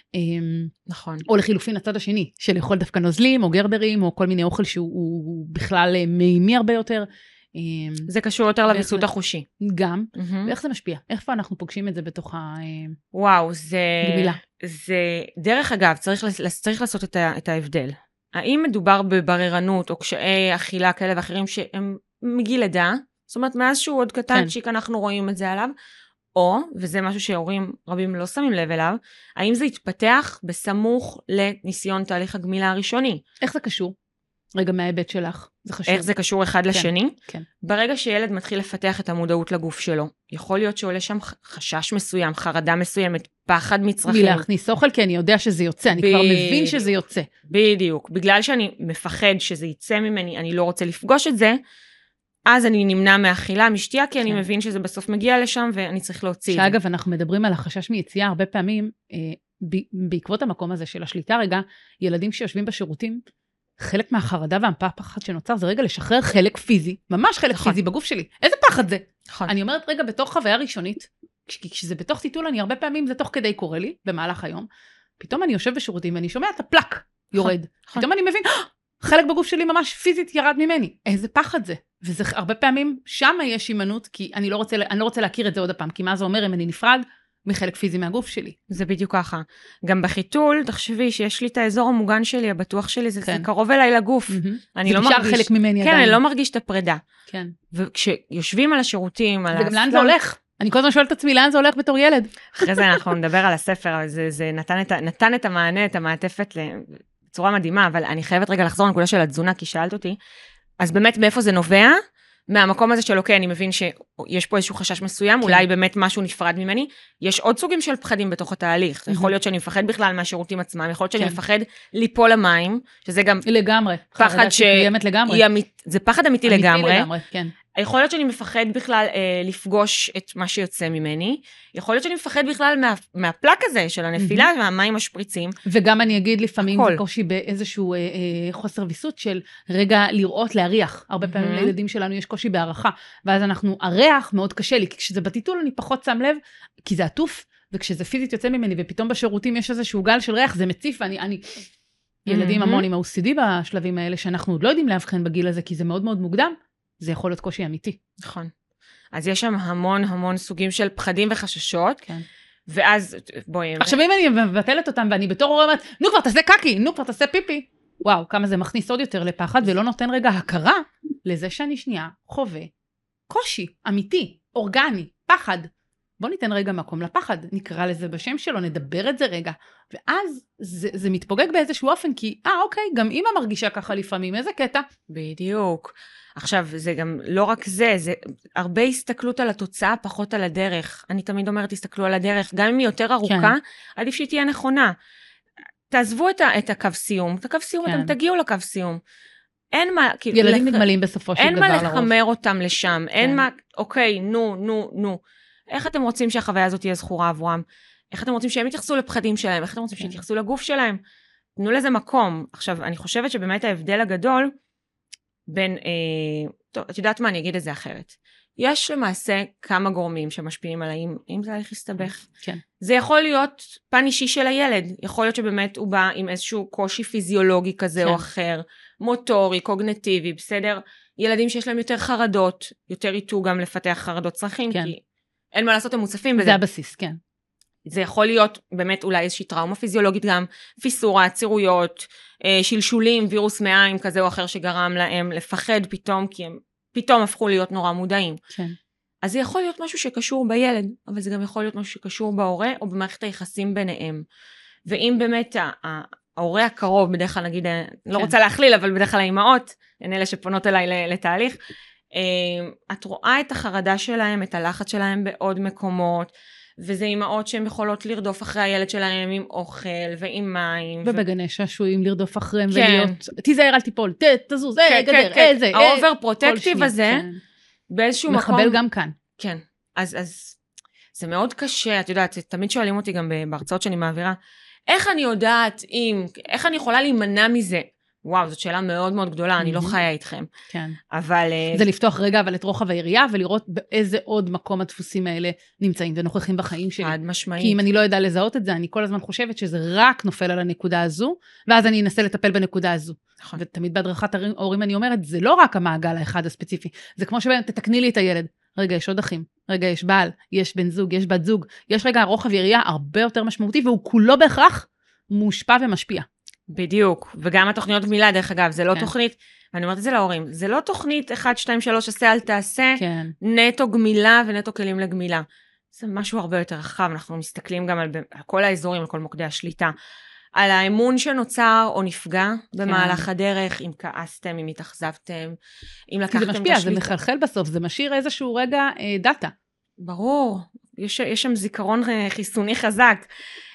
נכון. או לחילופין הצד השני, של לאכול דווקא נוזלים, או גרדרים, או כל מיני אוכל שהוא בכלל מימי הרבה יותר. זה קשור יותר לביסות החושי. גם. ואיך זה משפיע? איפה אנחנו פוגשים את זה בתוך ה... וואו, זה... גמילה. זה... דרך אגב, צריך, צריך לעשות את, ה... את ההבדל. האם מדובר בבררנות או קשיי אכילה כאלה ואחרים שהם מגיל לידה, זאת אומרת, מאז שהוא עוד קטנצ'יק, כן. אנחנו רואים את זה עליו, או, וזה משהו שהורים רבים לא שמים לב אליו, האם זה יתפתח בסמוך לניסיון תהליך הגמילה הראשוני? איך זה קשור? רגע, מההיבט שלך, זה חשוב. איך זה קשור אחד לשני? כן. ברגע שילד מתחיל לפתח את המודעות לגוף שלו, יכול להיות שעולה שם חשש מסוים, חרדה מסוימת, פחד מצרכים. מלהכניס אוכל, כי אני יודע שזה יוצא, אני כבר מבין שזה יוצא. בדיוק. בגלל שאני מפחד שזה יצא ממני, אני לא רוצה לפגוש את זה, אז אני נמנע מאכילה, משתייה, כי אני מבין שזה בסוף מגיע לשם, ואני צריך להוציא את זה. שאגב, אנחנו מדברים על החשש מיציאה, הרבה פעמים, בעקבות המקום הזה של השליטה רגע, ילדים שיושבים בשירותים, חלק מהחרדה והפחד שנוצר, זה רגע לשחרר חלק פיזי, ממש חלק פיזי בגוף שלי. איזה פחד זה? אני אומרת רגע, בתוך חוויה ראשונית, כשזה בתוך טיטול, אני הרבה פעמים, זה תוך כדי קורה לי, במהלך היום, פתאום אני יושב בשירותים, ואני שומע את הפלק יורד. פתאום אני מבין, חלק בגוף שלי ממש פיזית ירד ממני. איזה פחד זה. וזה הרבה פעמים, שם יש הימנעות, כי אני לא רוצה, אני לא רוצה להכיר את זה עוד הפעם, כי מה זה אומר אם אני נפרד מחלק פיזי מהגוף שלי. זה בדיוק ככה. גם בחיתול, תחשבי שיש לי את האזור המוגן שלי, הבטוח שלי, זה, כן. זה קרוב אליי לגוף. Mm-hmm. אני זה לא נשאר מרגיש, חלק ממני כן, עדיין. אני לא מרגיש את הפרידה. כן. וכשיושבים על השירותים, על וגם לאן זה הולך? אני כל הזמן שואלת את עצמי, לאן זה הולך בתור ילד? אחרי זה אנחנו נדבר על הספר, אבל זה, זה נתן את, נתן את המענה, את המעטפת בצורה מדהימה, אבל אני חייבת רגע לחזור לנקודה של התזונה, כי שאלת אותי. אז באמת, מאיפה זה נובע? מהמקום הזה של, אוקיי, אני מבין שיש פה איזשהו חשש מסוים, כן. אולי באמת משהו נפרד ממני. יש עוד סוגים של פחדים בתוך התהליך. Mm-hmm. יכול להיות שאני מפחד בכלל מהשירותים עצמם, יכול להיות שאני כן. מפחד ליפול למים, שזה גם... לגמרי. פחד ש... לגמרי. אמית... זה פחד אמיתי, אמיתי לגמרי. לגמרי, כן. יכול להיות שאני מפחד בכלל אה, לפגוש את מה שיוצא ממני, יכול להיות שאני מפחד בכלל מה, מהפלק הזה של הנפילה, mm-hmm. מהמים השפריצים. וגם אני אגיד לפעמים הכל. זה קושי באיזשהו אה, אה, חוסר ויסות של רגע לראות, להריח. הרבה mm-hmm. פעמים לילדים שלנו יש קושי בערכה, ואז אנחנו, הריח מאוד קשה לי, כי כשזה בטיטול אני פחות שם לב, כי זה עטוף, וכשזה פיזית יוצא ממני, ופתאום בשירותים יש איזשהו גל של ריח, זה מציף, ואני... אני... ילדים mm-hmm. המון עם ה-או סי די בשלבים האלה, שאנחנו עוד לא יודעים להבחן בגיל הזה, כי זה מאוד מאוד מוקדם. זה יכול להיות קושי אמיתי. נכון. אז יש שם המון המון סוגים של פחדים וחששות, כן. ואז, בואי... עכשיו אם אני מבטלת אותם, ואני בתור הורה אומרת, נו כבר תעשה קקי, נו כבר תעשה פיפי, וואו, כמה זה מכניס עוד יותר לפחד, ולא נותן רגע הכרה לזה שאני שנייה חווה קושי אמיתי, אורגני, פחד. בוא ניתן רגע מקום לפחד, נקרא לזה בשם שלו, נדבר את זה רגע, ואז זה, זה מתפוגג באיזשהו אופן, כי, אה, אוקיי, גם אמא מרגישה ככה לפעמים, איזה קטע. בדיוק. עכשיו, זה גם לא רק זה, זה הרבה הסתכלות על התוצאה, פחות על הדרך. אני תמיד אומרת, תסתכלו על הדרך, גם אם היא יותר ארוכה, כן. עדיף שהיא תהיה נכונה. תעזבו את, ה, את הקו סיום, את הקו סיום, כן. אתם תגיעו לקו סיום. אין מה... ילדים לח... נגמלים בסופו של דבר לרוב. אין מה לחמר אותם לשם, כן. אין מה, אוקיי, נו, נו, נו. איך אתם רוצים שהחוויה הזאת תהיה זכורה עבורם? איך אתם רוצים שהם יתייחסו לפחדים שלהם? איך אתם רוצים כן. שיתייחסו לגוף שלהם? תנו לזה מקום. עכשיו, אני חושבת שבאמת ההבדל הגדול בין, אה, טוב, את יודעת מה, אני אגיד את זה אחרת. יש למעשה כמה גורמים שמשפיעים על האם, אם זה הליך יסתבך. כן. זה יכול להיות פן אישי של הילד. יכול להיות שבאמת הוא בא עם איזשהו קושי פיזיולוגי כזה כן. או אחר, מוטורי, קוגניטיבי, בסדר? ילדים שיש להם יותר חרדות, יותר איתו גם לפתח חרדות צרכים, כן. כי אין מה לעשות, הם מוצפים בזה. זה הבסיס, כן. זה יכול להיות באמת אולי איזושהי טראומה פיזיולוגית גם, פיסורה, צירויות, שלשולים, וירוס מעיים כזה או אחר שגרם להם לפחד פתאום, כי הם פתאום הפכו להיות נורא מודעים. כן. אז זה יכול להיות משהו שקשור בילד, אבל זה גם יכול להיות משהו שקשור בהורה או במערכת היחסים ביניהם. ואם באמת ההורה הקרוב, בדרך כלל נגיד, כן. לא רוצה להכליל, אבל בדרך כלל האימהות, הן אלה שפונות אליי לתהליך, את רואה את החרדה שלהם, את הלחץ שלהם בעוד מקומות, וזה אימהות שהן יכולות לרדוף אחרי הילד שלהם עם אוכל ועם מים. ובגני שעשועים לרדוף אחריהם ולהיות, תיזהר אל תיפול, תזוז, אה, גדר, אה, זה. האובר פרוטקטיב הזה, באיזשהו מקום. מחבל גם כאן. כן, אז זה מאוד קשה, את יודעת, תמיד שואלים אותי גם בהרצאות שאני מעבירה, איך אני יודעת אם, איך אני יכולה להימנע מזה? וואו, זאת שאלה מאוד מאוד גדולה, אני לא חיה איתכם. כן. אבל... זה לפתוח רגע, אבל את רוחב היריעה, ולראות באיזה עוד מקום הדפוסים האלה נמצאים ונוכחים בחיים שלי. חד משמעית. כי אם אני לא יודע לזהות את זה, אני כל הזמן חושבת שזה רק נופל על הנקודה הזו, ואז אני אנסה לטפל בנקודה הזו. נכון. ותמיד בהדרכת ההורים אני אומרת, זה לא רק המעגל האחד הספציפי, זה כמו שבאמת, תתקני לי את הילד. רגע, יש עוד אחים, רגע, יש בעל, יש בן זוג, יש בת זוג, יש רגע רוחב יריעה הרבה יותר משמעותי, והוא כולו בהכרח מושפע ומשפיע. בדיוק, וגם התוכניות גמילה, דרך אגב, זה לא כן. תוכנית, ואני אומרת את זה להורים, זה לא תוכנית אחת, שתיים, שלוש, עשה, אל תעשה, כן. נטו גמילה ונטו כלים לגמילה. זה משהו הרבה יותר רחב, אנחנו מסתכלים גם על, על כל האזורים, על כל מוקדי השליטה. על האמון שנוצר או נפגע במהלך הדרך, אם כעסתם, אם התאכזבתם, אם לקחתם את השליטה. כי זה משפיע, זה מחלחל בסוף, זה משאיר איזשהו רגע אה, דאטה. ברור, יש, יש שם זיכרון חיסוני חזק.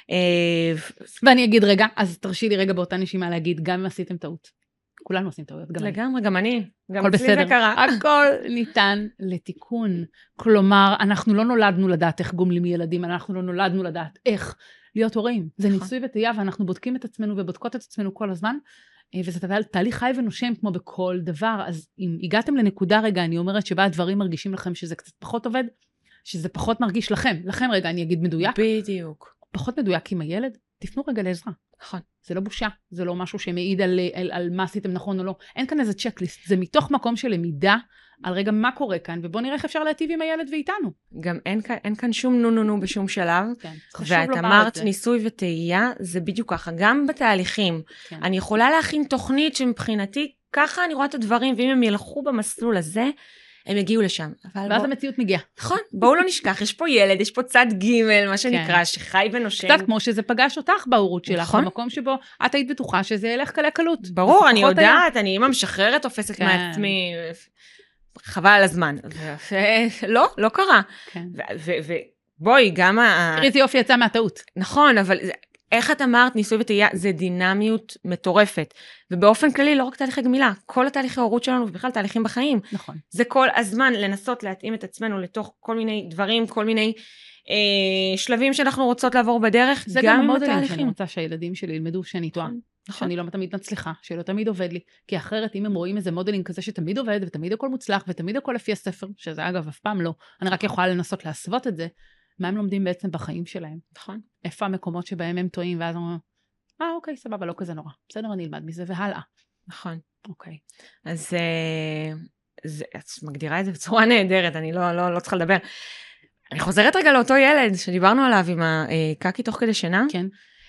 ואני אגיד רגע, אז תרשי לי רגע באותה נשימה להגיד, גם אם עשיתם טעות. כולנו עושים טעויות, גם לגמרי, גם אני. גם הכל אצלי זה קרה. הכל ניתן לתיקון. כלומר, אנחנו לא נולדנו לדעת איך גומלים ילדים, אנחנו לא נולדנו לדעת איך להיות הורים. זה ניסוי וטעייה, ואנחנו בודקים את עצמנו ובודקות את עצמנו כל הזמן, וזה תהליך חי ונושם כמו בכל דבר. אז אם הגעתם לנקודה רגע, אני אומרת שבה הדברים מרגישים לכם שזה קצת פחות עובד, שזה פחות מרגיש לכם. לכם רגע, אני אגיד מדויק. בדיוק. פחות מדויק עם הילד, תפנו רגע לעזרה. נכון. זה לא בושה, זה לא משהו שמעיד על, על, על מה עשיתם נכון או לא. אין כאן איזה צ'קליסט, זה מתוך מקום של למידה על רגע מה קורה כאן, ובוא נראה איך אפשר להטיב עם הילד ואיתנו. גם אין, אין כאן שום נו נו נו בשום שלב. כן, ואת אמרת ניסוי וטעייה, זה בדיוק ככה, גם בתהליכים. כן. אני יכולה להכין תוכנית שמבחינתי, ככה אני רואה את הדברים, ואם הם ילכו במסלול הזה, הם יגיעו לשם. ואז בוא... המציאות מגיעה. נכון, בואו לא נשכח, יש פה ילד, יש פה צד ג' מה שנקרא, כן. שחי ונושם. קצת כמו שזה פגש אותך בהורות שלך, נכון? במקום שבו את היית בטוחה שזה ילך קלה קלות. ברור, אני יודעת, היה. אני אימא משחררת, תופסת כן. מעצמי, חבל על הזמן. לא, לא קרה. כן. ובואי, גם ה... תראי, זה יופי יצא מהטעות. נכון, אבל... איך את אמרת, ניסוי וטעייה, זה דינמיות מטורפת. ובאופן כללי, לא רק תהליכי גמילה, כל התהליכי ההורות שלנו, ובכלל תהליכים בחיים. נכון. זה כל הזמן לנסות להתאים את עצמנו לתוך כל מיני דברים, כל מיני אה, שלבים שאנחנו רוצות לעבור בדרך, זה גם המודלים שאני רוצה שהילדים שלי ילמדו שאני טועה. נכון. שאני לא תמיד מצליחה, שלא תמיד עובד לי. כי אחרת, אם הם רואים איזה מודלינג כזה שתמיד עובד, ותמיד הכל מוצלח, ותמיד הכל לפי הספר, שזה אגב אף פעם לא, אני רק יכולה לנסות להסוות את זה, מה הם לומדים בעצם בחיים שלהם. נכון. איפה המקומות שבהם הם טועים, ואז אומרים, אה, אוקיי, סבבה, לא כזה נורא. בסדר, אני אלמד מזה, והלאה. נכון. אוקיי. אז זה, את מגדירה את זה בצורה נהדרת, אני לא, לא, לא צריכה לדבר. אני חוזרת רגע לאותו ילד שדיברנו עליו עם הקקי תוך כדי שינה. כן.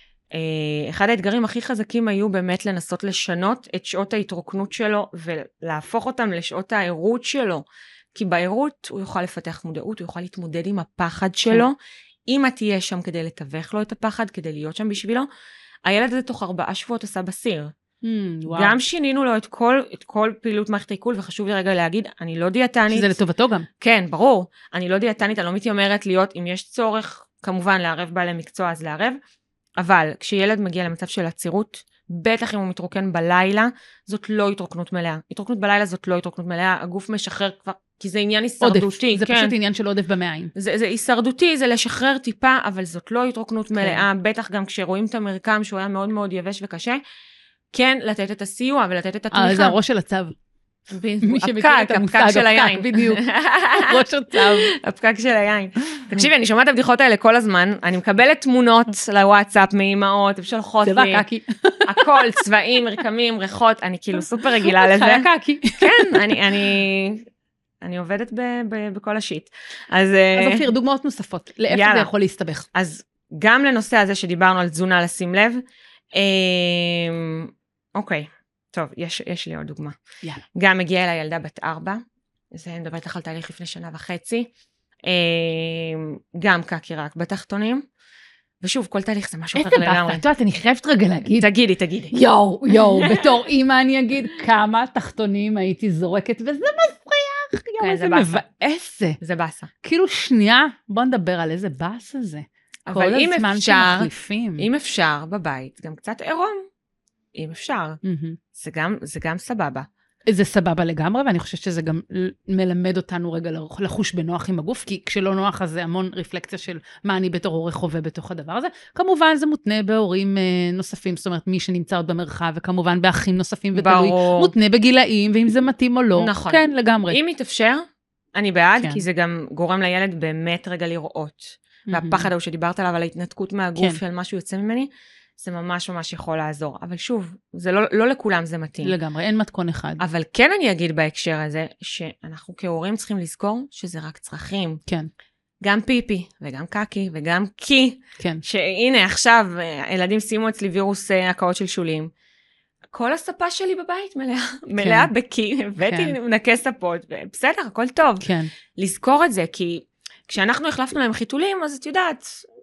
אחד האתגרים הכי חזקים היו באמת לנסות לשנות את שעות ההתרוקנות שלו, ולהפוך אותם לשעות העירות שלו. כי בעירות הוא יוכל לפתח מודעות, הוא יוכל להתמודד עם הפחד שלו, אם את תהיה שם כדי לתווך לו את הפחד, כדי להיות שם בשבילו, הילד הזה תוך ארבעה שבועות עשה בסיר. גם שינינו לו את כל, את כל פעילות מערכת העיכול, וחשוב לי רגע להגיד, אני לא דיאטנית. שזה לטובתו גם. כן, ברור. אני לא דיאטנית, אני לא מתיימרת להיות, אם יש צורך, כמובן לערב בעלי מקצוע, אז לערב, אבל כשילד מגיע למצב של עצירות, בטח אם הוא מתרוקן בלילה, זאת לא התרוקנות מלאה. התרוקנות בלילה זאת לא התרוקנות מלאה, הגוף משחרר כבר, כי זה עניין הישרדותי. זה כן. פשוט עניין של עודף במעיים. זה, זה הישרדותי, זה לשחרר טיפה, אבל זאת לא התרוקנות כן. מלאה, בטח גם כשרואים את המרקם שהוא היה מאוד מאוד יבש וקשה, כן, לתת את הסיוע ולתת את התמיכה. אה, זה הראש של הצו. מי שמכיר את המושג, הפקק של היין. בדיוק. ראש הצו. הפקק של היין. תקשיבי, אני שומעת את הבדיחות האלה כל הזמן, אני מקבלת תמונות לוואטסאפ מאמהות, הם שולחות לי. צבע קקי. הכל, צבעים, מרקמים, ריחות, אני כאילו סופר רגילה לזה. חיה קקי. כן, אני, אני, אני עובדת ב, ב, בכל השיט. אז... אז אופיר, דוגמאות נוספות. לאיפה זה יכול להסתבך? אז גם לנושא הזה שדיברנו על תזונה, לשים לב. אוקיי. טוב, יש, יש לי עוד דוגמה. Yeah. גם הגיעה אליי ילדה בת ארבע, זה אני מדברת לך על תהליך לפני שנה וחצי, גם קקי רק בתחתונים, ושוב, כל תהליך זה משהו אחר לגמרי. איזה באסה, את יודעת, אני חייבת רגע להגיד. תגידי, תגידי. יואו, יואו, בתור אימא אני אגיד כמה תחתונים הייתי זורקת, וזה מסריח, יואו, איזה מבאס זה. זה באסה. כאילו שנייה, בוא נדבר על איזה באסה זה. אבל אם אפשר, אם אפשר בבית, גם קצת עירום. אם אפשר, mm-hmm. זה גם, זה גם סבבה. זה סבבה לגמרי, ואני חושבת שזה גם מלמד אותנו רגע לחוש בנוח עם הגוף, כי כשלא נוח אז זה המון רפלקציה של מה אני בתור הורה חווה בתוך הדבר הזה. כמובן זה מותנה בהורים נוספים, זאת אומרת מי שנמצא עוד במרחב, וכמובן באחים נוספים ותלוי, מותנה בגילאים, ואם זה מתאים או לא. נכון. כן, לגמרי. אם יתאפשר, אני בעד, כן. כי זה גם גורם לילד באמת רגע לראות. Mm-hmm. והפחד הוא שדיברת עליו, על ההתנתקות מהגוף, כן. על משהו יוצא ממני, זה ממש ממש יכול לעזור. אבל שוב, זה לא, לא לכולם זה מתאים. לגמרי, אין מתכון אחד. אבל כן אני אגיד בהקשר הזה, שאנחנו כהורים צריכים לזכור שזה רק צרכים. כן. גם פיפי, וגם קקי, וגם קי. כן. שהנה עכשיו, ילדים שימו אצלי וירוס הקאות של שולים. כל הספה שלי בבית מלאה, כן. מלאה בקי, הבאתי כן. נקי ספות, בסדר, הכל טוב. כן. לזכור את זה, כי כשאנחנו החלפנו להם חיתולים, אז את יודעת,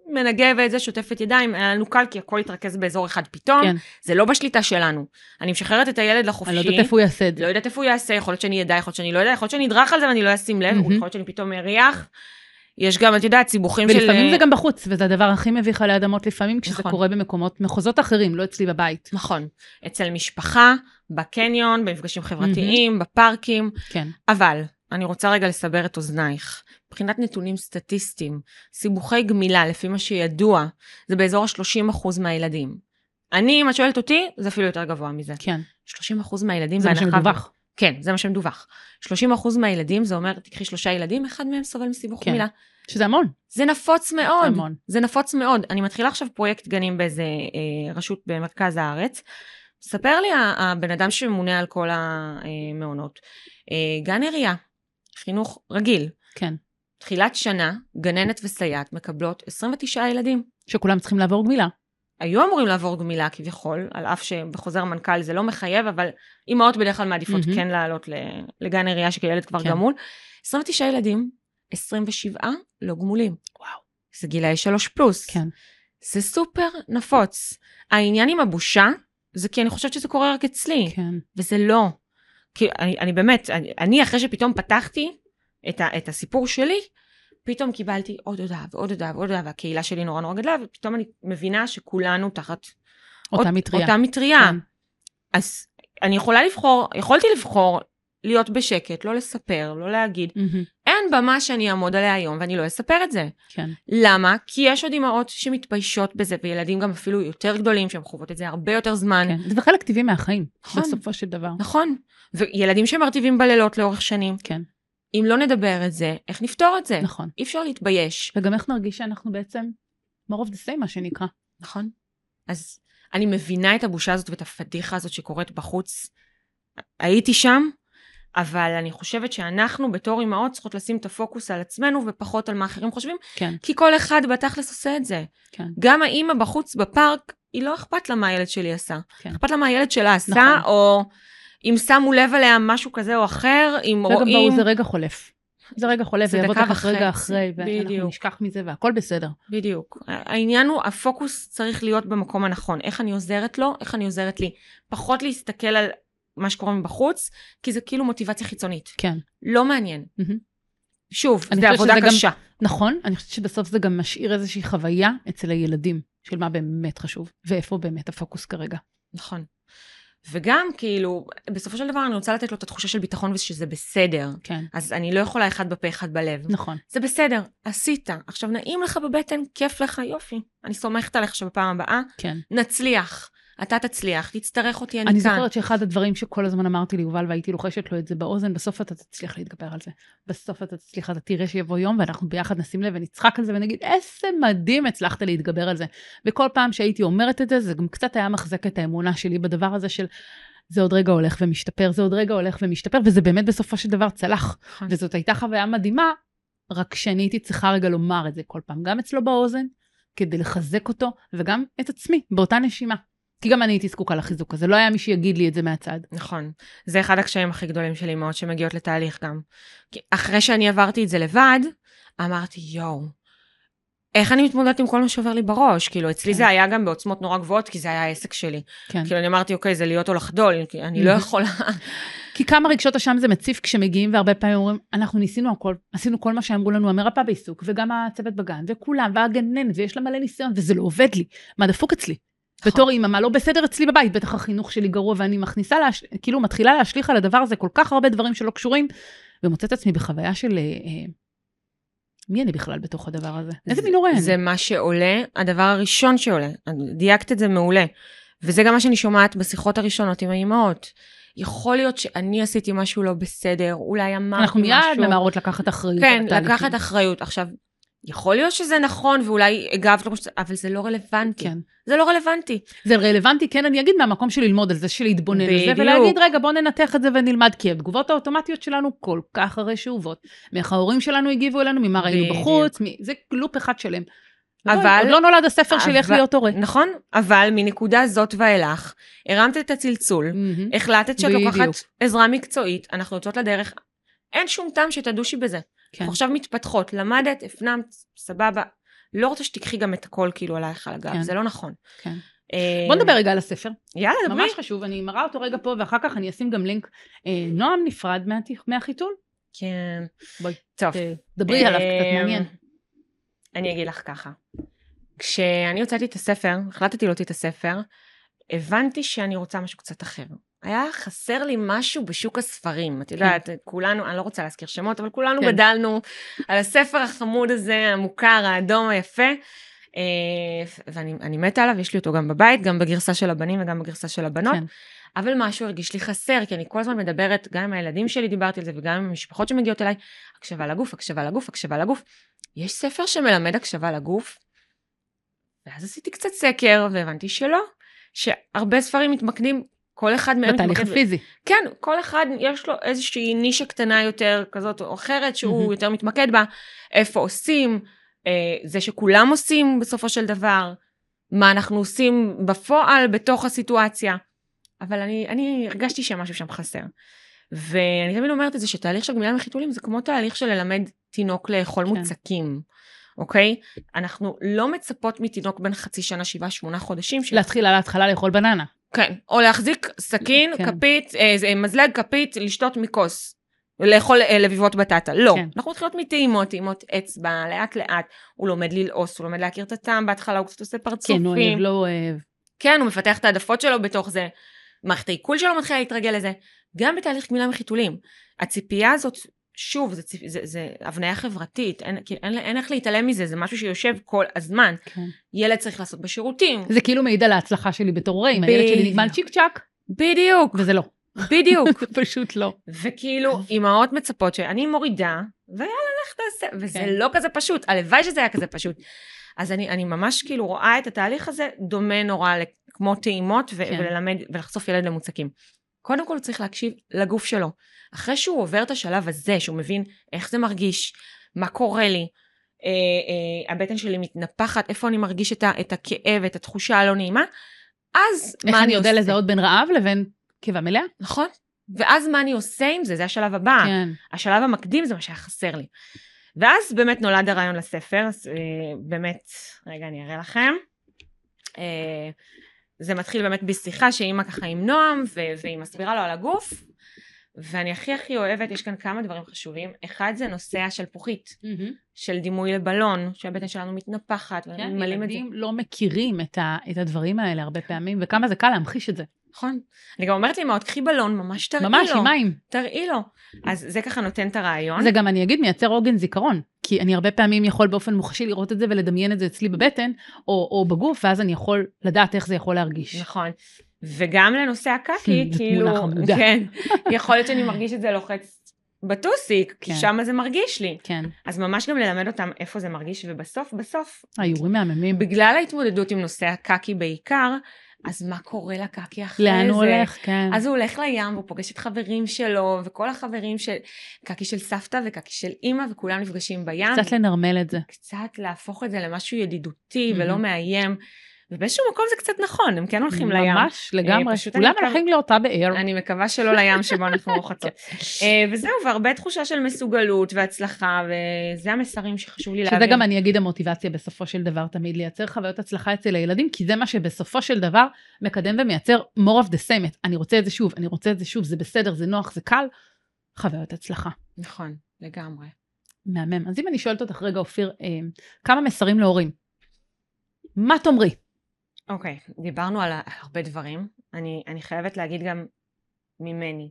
מנגבת, זה שוטפת ידיים, היה לנו קל, כי הכל התרכז באזור אחד פתאום, כן. זה לא בשליטה שלנו. אני משחררת את הילד לחופשי. אני לא יודעת איפה הוא יעשה את זה. לא יודעת איפה הוא יעשה, יכול להיות שאני ידע, יכול להיות שאני לא יודע, יכול להיות שאני אדרך על זה ואני לא אשים לב, יכול להיות שאני פתאום מריח. יש גם, את יודעת, סיבוכים של... ולפעמים זה גם בחוץ, וזה הדבר הכי מביך עלי אדמות לפעמים, כשזה נכון. קורה במקומות, מחוזות אחרים, לא אצלי בבית. נכון. אצל משפחה, בקניון, במפגשים חברתיים, בפארקים. כן. אבל, אני רוצה רגע לסבר את אוזנייך. מבחינת נתונים סטטיסטיים, סיבוכי גמילה, לפי מה שידוע, זה באזור ה-שלושים אחוז מהילדים. אני, אם את שואלת אותי, זה אפילו יותר גבוה מזה. כן. שלושים אחוז מהילדים... זה מה שמדווח. כן, זה מה שמדווח. שלושים אחוז מהילדים, זה אומר, תקחי שלושה ילדים, אחד מהם סובל מסיבוך כן. גמילה. שזה המון. זה נפוץ מאוד. זה המון. זה נפוץ מאוד. אני מתחילה עכשיו פרויקט גנים באיזה אה, רשות במרכז הארץ. ספר לי הבן אדם שממונה על כל המעונות. אה, גן עירייה, חינוך רגיל. כן. תחילת שנה, גננת וסייעת מקבלות עשרים ותשעה ילדים. שכולם צריכים לעבור גמילה. היו אמורים לעבור גמילה כביכול, על אף שבחוזר מנכ"ל זה לא מחייב, אבל אמהות בדרך כלל מעדיפות mm-hmm. כן לעלות לגן עירייה שכילד כבר כן. גמול. עשרים ותשעה ילדים, עשרים ושבעה לא גמולים. וואו. זה גילאי שלוש פלוס. כן. זה סופר נפוץ. העניין עם הבושה, זה כי אני חושבת שזה קורה רק אצלי. כן. וזה לא. כי אני, אני באמת, אני, אני אחרי שפתאום פתחתי את, ה, את הסיפור שלי, פתאום קיבלתי עוד הודעה ועוד הודעה ועוד הודעה, והקהילה שלי נורא נורא גדלה, ופתאום אני מבינה שכולנו תחת אותה מטריה. אותה מטריה. כן. אז אני יכולה לבחור, יכולתי לבחור להיות בשקט, לא לספר, לא להגיד. Mm-hmm. אין במה שאני אעמוד עליה היום, ואני לא אספר את זה. כן. למה? כי יש עוד אמהות שמתביישות בזה, וילדים גם אפילו יותר גדולים, שהם חוות את זה הרבה יותר זמן. כן. זה חלק טבעי מהחיים, נכון. בסופו של דבר. נכון. וילדים שמרטיבים בלילות לאורך שנים. כן. אם לא נדבר את זה, איך נפתור את זה? נכון. אי אפשר להתבייש. וגם איך נרגיש שאנחנו בעצם more of the same, מה שנקרא. נכון. אז אני מבינה את הבושה הזאת ואת הפדיחה הזאת שקורית בחוץ. הייתי שם, אבל אני חושבת שאנחנו בתור אמהות צריכות לשים את הפוקוס על עצמנו ופחות על מה אחרים חושבים, כן. כי כל אחד בתכלס עושה את זה. כן. גם האמא בחוץ בפארק, היא לא אכפת לה מה הילד שלי עשה. כן. אכפת לה מה הילד שלה עשה, נכון. או אם שמו לב עליה משהו כזה או אחר, אם וגם רואים... ברור, זה רגע חולף. זה רגע חולף, זה ויבוא דקה תכף רגע וחצי. אחרי, ואנחנו בדיוק. נשכח מזה, והכל בסדר. בדיוק. העניין הוא, הפוקוס צריך להיות במקום הנכון. איך אני עוזרת לו, איך אני עוזרת לי. פחות להסתכל על מה שקורה מבחוץ, כי זה כאילו מוטיבציה חיצונית. כן. לא מעניין. Mm-hmm. שוב, זה עבודה קשה. גם, נכון, אני חושבת שבסוף זה גם משאיר איזושהי חוויה אצל הילדים, של מה באמת חשוב, ואיפה באמת הפוקוס כרגע. נכון. וגם כאילו, בסופו של דבר אני רוצה לתת לו את התחושה של ביטחון ושזה בסדר. כן. אז אני לא יכולה אחד בפה, אחד בלב. נכון. זה בסדר, עשית. עכשיו נעים לך בבטן, כיף לך, יופי. אני סומכת עליך שבפעם הבאה, כן. נצליח. אתה תצליח, תצטרך אותי, אני, אני כאן. אני זוכרת שאחד הדברים שכל הזמן אמרתי ליובל, והייתי לוחשת לו את זה באוזן, בסוף אתה תצליח להתגבר על זה. בסוף אתה תצליח, אתה תראה שיבוא יום, ואנחנו ביחד נשים לב ונצחק על זה, ונגיד, איזה מדהים הצלחת להתגבר על זה. וכל פעם שהייתי אומרת את זה, זה גם קצת היה מחזק את האמונה שלי בדבר הזה של, זה עוד רגע הולך ומשתפר, זה עוד רגע הולך ומשתפר, וזה באמת בסופו של דבר צלח. וזאת הייתה חוויה מדהימה, רק שאני הייתי צריכה רגע לומר את זה כל פעם, גם אצלו באוזן, כדי לחזק אותו, וגם את עצמי, באותה נשימה. כי גם אני הייתי זקוקה לחיזוק הזה, לא היה מי שיגיד לי את זה מהצד. נכון. זה אחד הקשיים הכי גדולים של אמהות שמגיעות לתהליך גם. כי אחרי שאני עברתי את זה לבד, אמרתי, יואו, איך אני מתמודדת עם כל מה שעובר לי בראש? כאילו, אצלי זה היה גם בעוצמות נורא גבוהות, כי זה היה העסק שלי. כאילו, אני אמרתי, אוקיי, זה להיות או לחדול, אני לא יכולה. כי כמה רגשות השם זה מציף כשמגיעים, והרבה פעמים אומרים, אנחנו ניסינו הכל, עשינו כל מה שאמרו לנו, המרפאה בעיסוק, וגם הצוות בגן, וכולם, והגננת, ויש לה מלא ניסיון, וזה לא עובד לי. מה דפוק אצלי? בתור אימא, מה לא בסדר אצלי בבית, בטח החינוך שלי גרוע, ואני מכניסה, להש... כאילו מתחילה להשליך על הדבר הזה כל כך הרבה דברים שלא קשורים, ומוצאת עצמי בחוויה של... אה, מי אני בכלל בתוך הדבר הזה? איזה מין הורה אני? זה מה שעולה, הדבר הראשון שעולה. דייקת את זה מעולה. וזה גם מה שאני שומעת בשיחות הראשונות עם האימהות. יכול להיות שאני עשיתי משהו לא בסדר, אולי אמרתי משהו. אנחנו מיד ממהרות לקחת אחריות. כן, לקחת אחריות. עכשיו, יכול להיות שזה נכון, ואולי הגבת לו, אבל זה לא רלוונטי. כן. זה לא רלוונטי. זה רלוונטי, כן, אני אגיד מהמקום של ללמוד על זה, של להתבונן על זה, ולהגיד, רגע, בוא ננתח את זה ונלמד, כי התגובות האוטומטיות שלנו כל כך הרי שאובות. מאיך ההורים שלנו הגיבו אלינו, ממה ראינו בחוץ, זה לופ אחד שלם. אבל... עוד לא נולד הספר שלי איך להיות הורה. נכון, אבל מנקודה זאת ואילך, הרמת את הצלצול, החלטת שאת לוקחת עזרה מקצועית, אנחנו יוצאות לדרך, אין שום טעם שתדושי בזה. אנחנו עכשיו מתפתחות, למדת, הפנמת, סבבה, לא רוצה שתיקחי גם את הכל כאילו עלייך על הגב, כן. זה לא נכון. כן. בוא נדבר רגע על הספר. יאללה, דברי. ממש חשוב, אני מראה אותו רגע פה, ואחר כך אני אשים גם לינק. נועם נפרד מהחיתול. כן. בואי, טוב. דברי עליו, קצת מעניין. אני אגיד לך ככה. כשאני הוצאתי את הספר, החלטתי להוציא את הספר, הבנתי שאני רוצה משהו קצת אחר. היה חסר לי משהו בשוק הספרים. את יודעת, כולנו, אני לא רוצה להזכיר שמות, אבל כולנו גדלנו על הספר החמוד הזה, המוכר, האדום, היפה, ואני מתה עליו, יש לי אותו גם בבית, גם בגרסה של הבנים וגם בגרסה של הבנות, אבל משהו הרגיש לי חסר, כי אני כל הזמן מדברת, גם עם הילדים שלי דיברתי על זה, וגם עם המשפחות שמגיעות אליי, הקשבה לגוף, הקשבה לגוף, הקשבה לגוף. יש ספר שמלמד הקשבה לגוף, ואז עשיתי קצת סקר, והבנתי שלא, שהרבה ספרים מתמקדים, כל אחד מהם בתהליך הפיזי. כן, כל אחד יש לו איזושהי נישה קטנה יותר, כזאת או אחרת, שהוא יותר מתמקד בה, איפה עושים, זה שכולם עושים בסופו של דבר, מה אנחנו עושים בפועל בתוך הסיטואציה. אבל אני, אני הרגשתי שמשהו שם חסר. ואני תמיד אומרת את זה, שתהליך של גמילה מחיתולים, זה כמו תהליך של ללמד תינוק לאכול כן. מוצקים. אוקיי? אנחנו לא מצפות מתינוק בין חצי שנה, שבעה, שמונה חודשים. ש... להתחיל על ההתחלה לאכול בננה. כן. או להחזיק סכין, כן. כפית, אה, מזלג כפית, לשתות מכוס. לאכול אה, לביבות בטטה. לא. כן. אנחנו מתחילות מטעימות, טעימות אצבע, לאט לאט. הוא לומד ללעוס, הוא לומד להכיר את הטעם, בהתחלה הוא קצת עושה פרצופים. כן, הוא אוהב, לא אוהב. כן, הוא מפתח את העדפות שלו בתוך זה. מערכת העיכול שלו מתחילה להתרגל לזה. גם בתהליך גמילה מחיתולים. הציפייה הזאת, שוב, זה, זה, זה הבניה חברתית, אין, אין, אין איך להתעלם מזה, זה משהו שיושב כל הזמן. כן. ילד צריך לעשות בשירותים. זה כאילו מעיד על ההצלחה שלי בתור הורה, אם הילד שלי נגמל צ'יק צ'ק. בדיוק. וזה לא. בדיוק. פשוט לא. וכאילו, אמהות מצפות שאני מורידה, ויאללה, לך תעשה, וזה כן. לא כזה פשוט, הלוואי שזה היה כזה פשוט. אז אני, אני ממש כאילו רואה את התהליך הזה, דומה נורא כמו טעימות, ו- כן. וללמד, ולחשוף ילד למוצקים. קודם כל הוא צריך להקשיב לגוף שלו. אחרי שהוא עובר את השלב הזה, שהוא מבין איך זה מרגיש, מה קורה לי, אה, אה, הבטן שלי מתנפחת, איפה אני מרגיש את, ה- את הכאב, את התחושה הלא נעימה, אז מה אני עושה? איך אני יודע לזהות בין רעב לבין קיבה מלאה? נכון. ואז מה אני עושה עם זה? זה השלב הבא. כן. השלב המקדים זה מה שהיה חסר לי. ואז באמת נולד הרעיון לספר, אז, אה, באמת, רגע אני אראה לכם. אה, זה מתחיל באמת בשיחה שאימא ככה עם נועם, והיא מסבירה לו על הגוף, ואני הכי הכי אוהבת, יש כאן כמה דברים חשובים. אחד זה נושא השלפוחית, mm-hmm. של דימוי לבלון, שהבטן שלנו מתנפחת, כן, ילדים לא מכירים את, ה, את הדברים האלה הרבה פעמים, וכמה זה קל להמחיש את זה. נכון. אני גם אומרת לי, מאוד, קחי בלון, ממש תראי לו. ממש, עם מים. תראי לו. אז זה ככה נותן את הרעיון. זה גם, אני אגיד, מייצר עוגן זיכרון, כי אני הרבה פעמים יכול באופן מוחשי לראות את זה, ולדמיין את זה אצלי בבטן, או, או בגוף, ואז אני יכול לדעת איך זה יכול להרגיש. נכון. וגם לנושא הקקי, כאילו, כן, יכול להיות שאני מרגיש את זה לוחץ בטוסיק, כי שם זה מרגיש לי. כן. אז ממש גם ללמד אותם איפה זה מרגיש, ובסוף, בסוף, היורים מהממים. בגלל ההתמודדות עם נושא הקקי בעיקר, אז מה קורה לקקי אחרי זה? לאן הוא הולך, כן. אז הוא הולך לים, והוא פוגש את חברים שלו, וכל החברים של קקי של סבתא וקקי של אמא, וכולם נפגשים בים. קצת לנרמל את זה. קצת להפוך את זה למשהו ידידותי ולא מאיים. ובאיזשהו מקום זה קצת נכון, הם כן הולכים לים. ממש, לגמרי. כולם הולכים לאותה באר. אני מקווה שלא לים שבו אנחנו רוחצות. וזהו, והרבה תחושה של מסוגלות והצלחה, וזה המסרים שחשוב לי להבין. שזה גם אני אגיד המוטיבציה בסופו של דבר, תמיד לייצר חוויות הצלחה אצל הילדים, כי זה מה שבסופו של דבר מקדם ומייצר more of the same. אני רוצה את זה שוב, אני רוצה את זה שוב, זה בסדר, זה נוח, זה קל. חוויות הצלחה. נכון, לגמרי. מהמם. אז אם אני שואלת אותך רגע, אופיר, כמה מסרים להורים? מה תאמרי? אוקיי, okay, דיברנו על הרבה דברים, אני, אני חייבת להגיד גם ממני.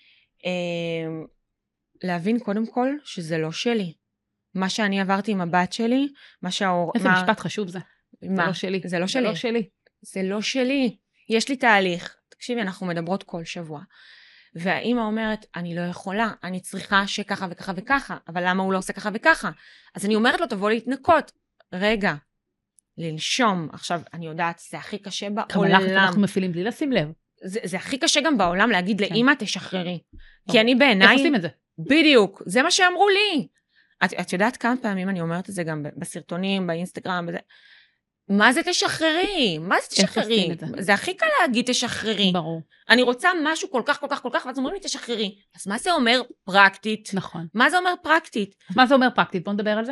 אה, להבין קודם כל שזה לא שלי. מה שאני עברתי עם הבת שלי, מה שהאור... איזה מה... משפט חשוב זה. מה? זה לא שלי. זה לא שלי. זה לא שלי. זה לא שלי. יש לי תהליך. תקשיבי, אנחנו מדברות כל שבוע. והאמא אומרת, אני לא יכולה, אני צריכה שככה וככה וככה, אבל למה הוא לא עושה ככה וככה? אז אני אומרת לו, תבוא להתנקות. רגע. לנשום. עכשיו, אני יודעת, זה הכי קשה בעולם. כמה לחץ אנחנו מפעילים בלי לשים לב. זה, זה הכי קשה גם בעולם להגיד כן. לאמא, תשחררי. כי אני בעיניי... איך עושים את זה? בדיוק. זה מה שאמרו לי. את, את יודעת כמה פעמים אני אומרת את זה גם בסרטונים, באינסטגרם, בזה. מה זה תשחררי? מה זה תשחררי? זה? זה הכי קל להגיד תשחררי. ברור. אני רוצה משהו כל כך, כל כך, כל כך, ואז אומרים לי תשחררי. אז מה זה אומר פרקטית? נכון. מה זה אומר פרקטית? מה זה אומר פרקטית? בוא נדבר על זה.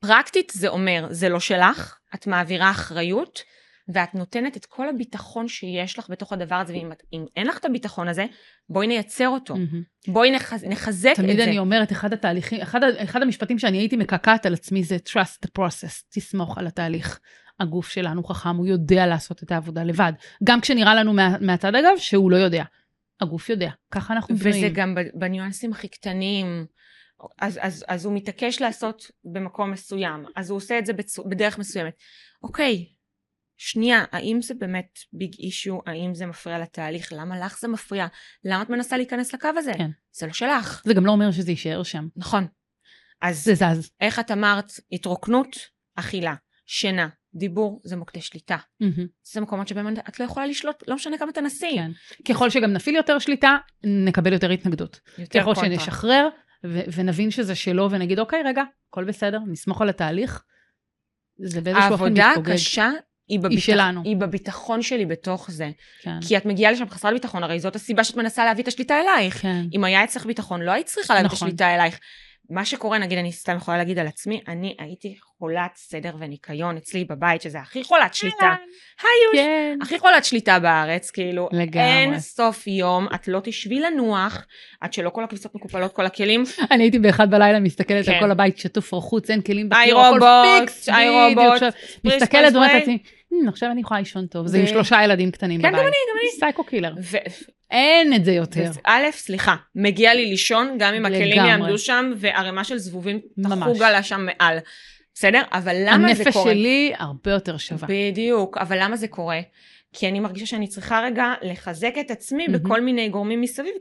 פרקטית זה אומר, זה לא שלך, את מעבירה אחריות, ואת נותנת את כל הביטחון שיש לך בתוך הדבר הזה, ואם אם אין לך את הביטחון הזה, בואי נייצר אותו. Mm-hmm. בואי נחז, נחזק את זה. תמיד אני אומרת, אחד התהליכים, אחד, אחד המשפטים שאני הייתי מקקעת על עצמי זה trust the process, תסמוך על התהליך. הגוף שלנו חכם, הוא יודע לעשות את העבודה לבד. גם כשנראה לנו מה, מהצד אגב, שהוא לא יודע. הגוף יודע. ככה אנחנו בנויים. וזה גם בניואנסים הכי קטנים. אז, אז, אז הוא מתעקש לעשות במקום מסוים. אז הוא עושה את זה בצ... בדרך מסוימת. אוקיי. שנייה, האם זה באמת ביג אישו? האם זה מפריע לתהליך? למה לך זה מפריע? למה את מנסה להיכנס לקו הזה? כן. זה לא שלך. זה גם לא אומר שזה יישאר שם. נכון. אז זה זז. איך את אמרת? התרוקנות, אכילה, שינה, דיבור, זה מוקדי שליטה. Mm-hmm. זה מקומות שבהם את לא יכולה לשלוט, לא משנה כמה תנסי. כן. ככל שגם נפיל יותר שליטה, נקבל יותר התנגדות. יותר ככל קונטרה. שנשחרר, ו- ונבין שזה שלו, ונגיד, אוקיי, רגע, הכל בסדר, נסמוך על התהליך. זה באיזשהו אופן מתפוגג. העבודה הקשה היא, בביטח... היא שלנו. היא בביטחון שלי בתוך זה. כן. כי את מגיעה לשם חסרת ביטחון, הרי זאת הסיבה שאת מנסה להביא את השליטה אלייך. כן. אם היה אצלך ביטחון, לא היית צריכה להביא נכון. את השליטה אלייך. מה שקורה, נגיד, אני סתם יכולה להגיד על עצמי, אני הייתי חולת סדר וניקיון אצלי בבית, שזה הכי חולת שליטה. היוש, כן. הכי חולת שליטה בארץ, כאילו, לגמרי. אין סוף יום, את לא תשבי לנוח, עד שלא כל הכביסות מקופלות, כל הכלים. אני הייתי באחד בלילה מסתכלת כן. על כל הבית שטוף רחוץ, אין כלים איי רובוט, איי רובוט. מסתכלת ואומרת לעצמי, עכשיו אני יכולה לישון טוב, זה עם שלושה ילדים קטנים בבית. כן, גם אני, גם אני. סייקו קילר. אין את זה יותר. א', סליחה, מגיע לי לישון, גם אם הכלים יעמדו שם, וערימה של זבובים תחוג עלה שם מעל. בסדר? אבל למה זה קורה? הנפש שלי הרבה יותר שווה. בדיוק, אבל למה זה קורה? כי אני מרגישה שאני צריכה רגע לחזק את עצמי בכל מיני גורמים מסביב,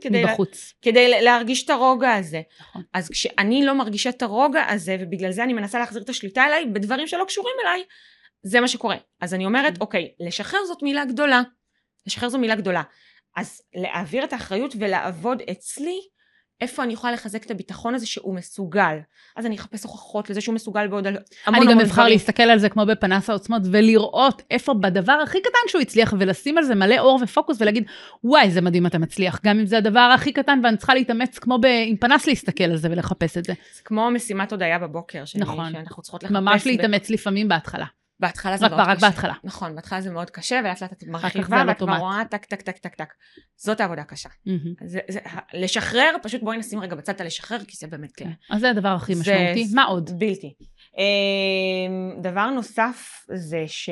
כדי להרגיש את הרוגע הזה. אז כשאני לא מרגישה את הרוגע הזה, ובגלל זה אני מנסה להחזיר את השליטה אליי, בדברים שלא קשורים אליי, זה מה שקורה. אז אני אומרת, אוקיי, לשחרר זאת מילה גדולה. לשחרר זו מילה גדולה. אז להעביר את האחריות ולעבוד אצלי, איפה אני יכולה לחזק את הביטחון הזה שהוא מסוגל. אז אני אחפש הוכחות לזה שהוא מסוגל בעוד המון המון דברים. אני גם אבחר להסתכל על זה כמו בפנס העוצמות, ולראות איפה בדבר הכי קטן שהוא הצליח, ולשים על זה מלא אור ופוקוס, ולהגיד, וואי, זה מדהים אתה מצליח. גם אם זה הדבר הכי קטן, ואני צריכה להתאמץ כמו עם פנס להסתכל על זה ולחפש את זה. זה כמו משימת הודעה בבוקר, נכון. שאנחנו צריכות לחפש. ממש להתאמץ לפעמים בהתחלה. בהתחלה זה מאוד רק קשה. בהתחלה. נכון, בהתחלה זה מאוד קשה, ולאט לאט את מרחיבה, ואת כבר רואה טק, טק, טק, טק, טק. זאת העבודה קשה. זה, זה, לשחרר, פשוט בואי נשים רגע בצד לשחרר, כי זה באמת כן. אז זה הדבר הכי משמעותי. מה עוד? בלתי. דבר נוסף זה ש...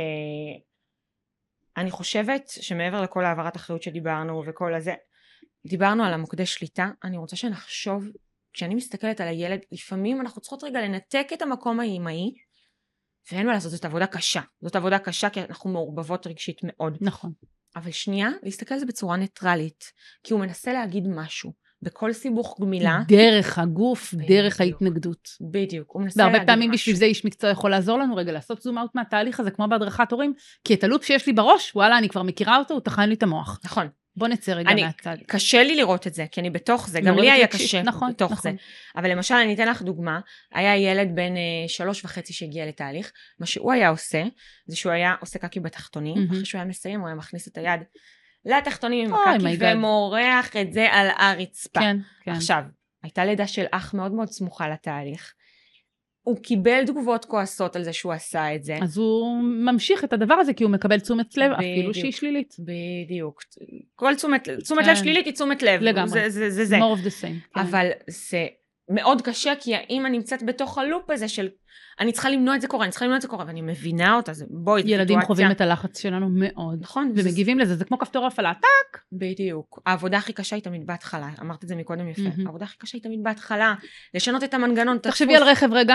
אני חושבת שמעבר לכל העברת אחריות שדיברנו, וכל הזה, דיברנו על המוקדי שליטה, אני רוצה שנחשוב, כשאני מסתכלת על הילד, לפעמים אנחנו צריכות רגע לנתק את המקום האימהי, ואין מה לעשות, זאת עבודה קשה. זאת עבודה קשה כי אנחנו מעורבבות רגשית מאוד. נכון. אבל שנייה, להסתכל על זה בצורה ניטרלית, כי הוא מנסה להגיד משהו, בכל סיבוך גמילה. דרך הגוף, בדיוק. דרך ההתנגדות. בדיוק, הוא מנסה להגיד משהו. והרבה פעמים בשביל זה איש מקצוע יכול לעזור לנו רגע, לעשות זום אאוט מהתהליך הזה, כמו בהדרכת הורים, כי את הלופ שיש לי בראש, וואלה, אני כבר מכירה אותו, הוא תחן לי את המוח. נכון. בוא נצא רגע אני, מהצד. קשה לי לראות את זה, כי אני בתוך זה, גם לי היה קשה נכון, בתוך נכון. זה. אבל למשל, אני אתן לך דוגמה, היה ילד בן אה, שלוש וחצי שהגיע לתהליך, מה שהוא היה עושה, זה שהוא היה עושה קקי בתחתונים, mm-hmm. אחרי שהוא היה מסיים, הוא היה מכניס את היד לתחתונים עם הקקי, ומורח את זה על הרצפה. כן, כן. עכשיו, הייתה לידה של אח מאוד מאוד סמוכה לתהליך, הוא קיבל תגובות כועסות על זה שהוא עשה את זה. אז הוא ממשיך את הדבר הזה, כי הוא מקבל תשומת לב, אפילו שהיא שלילית. בדיוק. כל תשומת, תשומת לב שלילית היא תשומת לב. לגמרי. זה, זה, זה, זה. more of the same. אבל זה מאוד קשה, כי האמא נמצאת בתוך הלופ הזה של, אני צריכה למנוע את זה קורה, אני צריכה למנוע את זה קורה, ואני מבינה אותה, זה בואי, ילדים חווים את הלחץ שלנו מאוד. נכון. ומגיבים לזה, זה כמו כפתור הפעלה, טק! בדיוק. העבודה הכי קשה היא תמיד בהתחלה, אמרת את זה מקודם יפה. העבודה הכי קשה היא תמיד בהתחלה, לשנות את המנגנון. תחשבי על רכב רגע,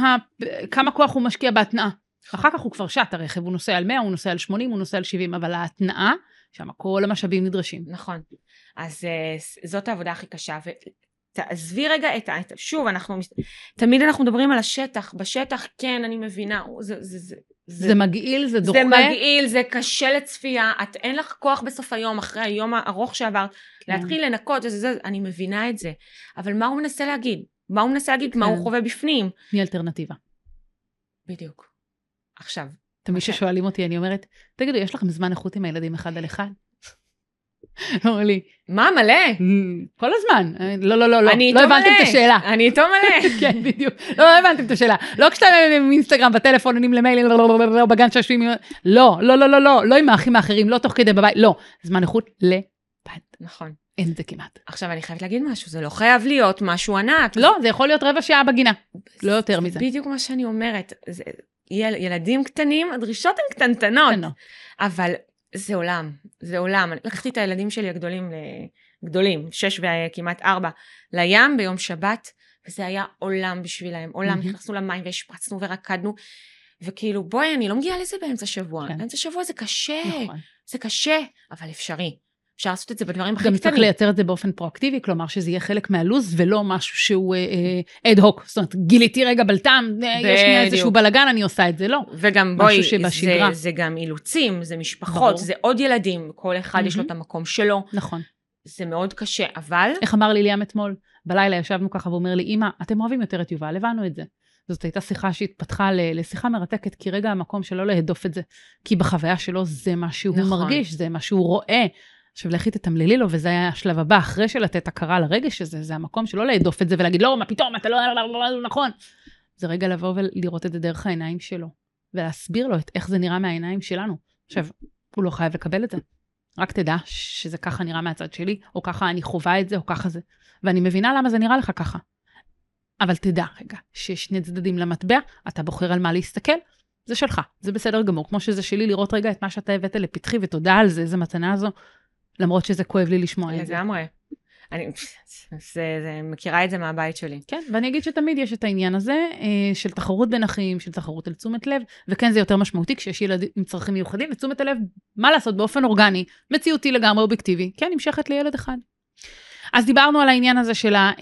כמה כוח הוא משקיע בהתנעה. אחר כך הוא כבר שט הרכב, הוא נוסע על מאה, הוא נוסע על שמונים, הוא נוסע על שבעים, אבל ההתנעה, שם כל המשאבים נדרשים. נכון. אז זאת העבודה הכי קשה, תעזבי רגע את ה... שוב, אנחנו... תמיד אנחנו מדברים על השטח. בשטח, כן, אני מבינה. זה, זה, זה, זה, זה מגעיל, זה דוחה. זה מגעיל, זה קשה לצפייה. את אין לך כוח בסוף היום, אחרי היום הארוך שעבר, כן. להתחיל לנקות, זה, זה, זה, אני מבינה את זה. אבל מה הוא מנסה להגיד? מה הוא מנסה להגיד? כן. מה הוא חווה בפנים? מי אלטרנטיבה? בדיוק. עכשיו. תמיד ששואלים אותי, אני אומרת, תגידו, יש לכם זמן איכות עם הילדים אחד על אחד? אמרו לי, מה, מלא? כל הזמן. לא, לא, לא, לא. אני לא איתו הבנתם את השאלה. אני איתו מלא. כן, בדיוק. לא הבנתם את השאלה. לא כשאתם עם אינסטגרם, בטלפון, עונים למיילים, בגן שעשועים, לא, לא, לא, לא, לא, לא עם האחים האחרים, לא תוך כדי בבית, לא. זמן איכות לבד. נכון. אין זה כמעט. עכשיו, אני חייבת להגיד משהו, זה לא חייב להיות משהו ענק. לא, זה יכול להיות רבע שעה בגינה. לא יותר מזה. בדיוק מה שאני אומרת. ילדים קטנים, הדרישות הן קטנטנות. אבל זה עולם, זה עולם. לקחתי את הילדים שלי הגדולים, גדולים, שש וכמעט ארבע, לים ביום שבת, וזה היה עולם בשבילהם. עולם, נכנסנו למים והשפרצנו ורקדנו, וכאילו, בואי, אני לא מגיעה לזה באמצע שבוע. באמצע שבוע זה קשה, זה קשה, אבל אפשרי. אפשר לעשות את זה בדברים הכי קטנים. גם צריך לייצר את זה באופן פרואקטיבי, כלומר שזה יהיה חלק מהלוז, ולא משהו שהוא אד הוק. זאת אומרת, גיליתי רגע בלטם, יש לי איזשהו בלגן, אני עושה את זה, לא. וגם בואי, זה, זה גם אילוצים, זה משפחות, ברור. זה עוד ילדים, כל אחד mm-hmm. יש לו את המקום שלו. נכון. זה מאוד קשה, אבל... איך אמר לי ליאם אתמול? בלילה ישבנו ככה ואומר לי, אמא, אתם אוהבים יותר את יובל, הבנו את זה. זאת הייתה שיחה שהתפתחה לשיחה מרתקת, כי רגע המקום שלו להדוף את זה, כי בחוויה שלו זה מה שהוא נכון. מרגיש, זה מה שהוא רואה. עכשיו, לכי תתמללי לו, וזה היה השלב הבא, אחרי שלתת הכרה לרגש הזה, זה המקום שלא להדוף את זה, ולהגיד, לא, מה פתאום, אתה לא, לא נכון. זה רגע לבוא ולראות את זה דרך העיניים שלו, ולהסביר לו את איך זה נראה מהעיניים שלנו. עכשיו, הוא לא חייב לקבל את זה. רק תדע שזה ככה נראה מהצד שלי, או ככה אני חווה את זה, או ככה זה. ואני מבינה למה זה נראה לך ככה. אבל תדע רגע, שיש שני צדדים למטבע, אתה בוחר על מה להסתכל, זה שלך, זה בסדר גמור. כמו שזה שלי לראות רגע את מה שאתה הבאת לפתחי, ותודה על זה, איזה מתנה זו. למרות שזה כואב לי לשמוע את זה. לגמרי. אני זה, זה, מכירה את זה מהבית שלי. כן, ואני אגיד שתמיד יש את העניין הזה, של תחרות בין אחים, של תחרות על תשומת לב, וכן זה יותר משמעותי כשיש ילדים עם צרכים מיוחדים, ותשומת הלב, מה לעשות באופן אורגני, מציאותי לגמרי אובייקטיבי, כן, נמשכת לילד אחד. אז דיברנו על העניין הזה של ה,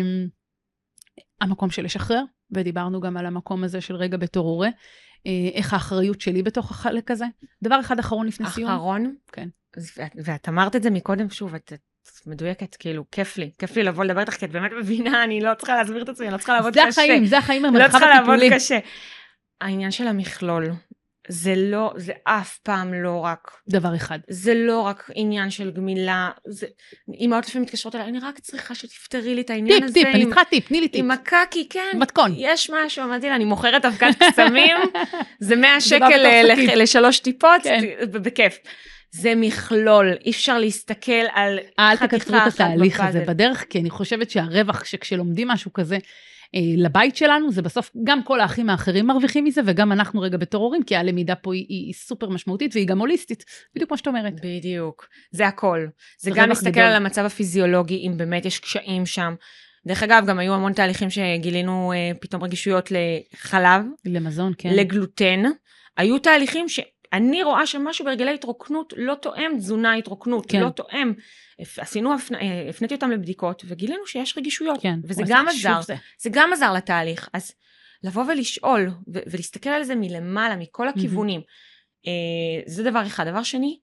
המקום של לשחרר, ודיברנו גם על המקום הזה של רגע בתור הורה, איך האחריות שלי בתוך החלק הזה. דבר אחד אחרון לפני סיום. אחרון? כן. ואת אמרת את זה מקודם שוב, את מדויקת, כאילו, כיף לי, כיף לי לבוא לדבר איתך, כי את באמת מבינה, אני לא צריכה להסביר את עצמי, אני לא צריכה לעבוד קשה. זה החיים, זה החיים המרחב הטיפולי. לא צריכה לעבוד הטיפולי. קשה. העניין של המכלול, זה לא, זה אף פעם לא רק... דבר אחד. זה לא רק עניין של גמילה, זה... אמהות לפעמים מתקשרות אליי, אני רק צריכה שתפתרי לי את העניין טיפ, הזה. טיפ, טיפ, אני צריכה טיפ, תני לי טיפ. עם הקקי, כן. מתכון. יש משהו, אמרתי לה, אני מוכרת אבקת קסמים, זה מאה שקל לשלוש טיפות, בכיף. זה מכלול, אי אפשר להסתכל על... אל תקצרו את התהליך הזה בדרך, כי אני חושבת שהרווח שכשלומדים משהו כזה לבית שלנו, זה בסוף גם כל האחים האחרים מרוויחים מזה, וגם אנחנו רגע בתור הורים, כי הלמידה פה היא, היא סופר משמעותית, והיא גם הוליסטית, בדיוק כמו שאת אומרת. בדיוק, זה הכל. זה, זה גם להסתכל גדול. על המצב הפיזיולוגי, אם באמת יש קשיים שם. דרך אגב, גם היו המון תהליכים שגילינו פתאום רגישויות לחלב. למזון, כן. לגלוטן. היו תהליכים ש... אני רואה שמשהו ברגלי התרוקנות לא תואם תזונה התרוקנות, כן. לא תואם. עשינו, הפניתי אותם לבדיקות, וגילינו שיש רגישויות. כן. וזה גם עזר. זה. זה גם עזר לתהליך. אז לבוא ולשאול, ו- ולהסתכל על זה מלמעלה, מכל הכיוונים. Mm-hmm. אה, זה דבר אחד. דבר שני,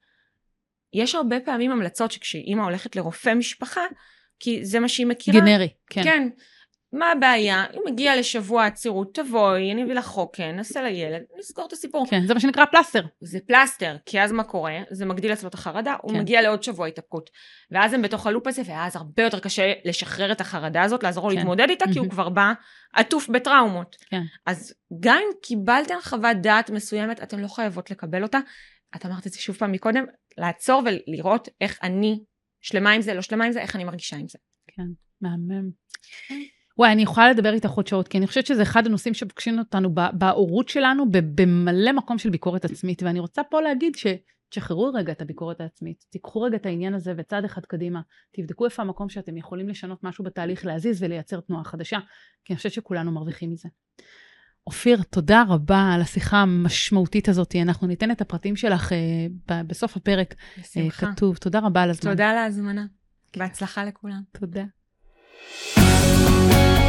יש הרבה פעמים המלצות שכשאימא הולכת לרופא משפחה, כי זה מה שהיא מכירה. גנרי, כן. כן. מה הבעיה? אם מגיע לשבוע עצירות, תבואי, אני אביא לך חוקן, נעשה לילד, נסגור את הסיפור. כן, זה מה שנקרא פלסטר. זה פלסטר, כי אז מה קורה? זה מגדיל לעצמו את החרדה, הוא מגיע לעוד שבוע התאפקות. ואז הם בתוך הלופ הזה, ואז הרבה יותר קשה לשחרר את החרדה הזאת, לעזור לו להתמודד איתה, כי הוא כבר בא עטוף בטראומות. אז גם אם קיבלתם חוות דעת מסוימת, אתם לא חייבות לקבל אותה. את אמרת את זה שוב פעם מקודם, לעצור ולראות איך אני שלמה עם זה, לא שלמה עם זה, איך אני מרגישה עם זה. כן, מהמם. וואי, אני יכולה לדבר איתך עוד שעות, כי אני חושבת שזה אחד הנושאים שפוגשים אותנו בהורות שלנו, במלא מקום של ביקורת עצמית, ואני רוצה פה להגיד שתשחררו רגע את הביקורת העצמית, תיקחו רגע את העניין הזה וצעד אחד קדימה, תבדקו איפה המקום שאתם יכולים לשנות משהו בתהליך, להזיז ולייצר תנועה חדשה, כי אני חושבת שכולנו מרוויחים מזה. אופיר, תודה רבה על השיחה המשמעותית הזאת, אנחנו ניתן את הפרטים שלך בסוף הפרק, כתוב, תודה רבה על הזמן. תודה על ההזמנה, בהצלחה לכולם. תודה.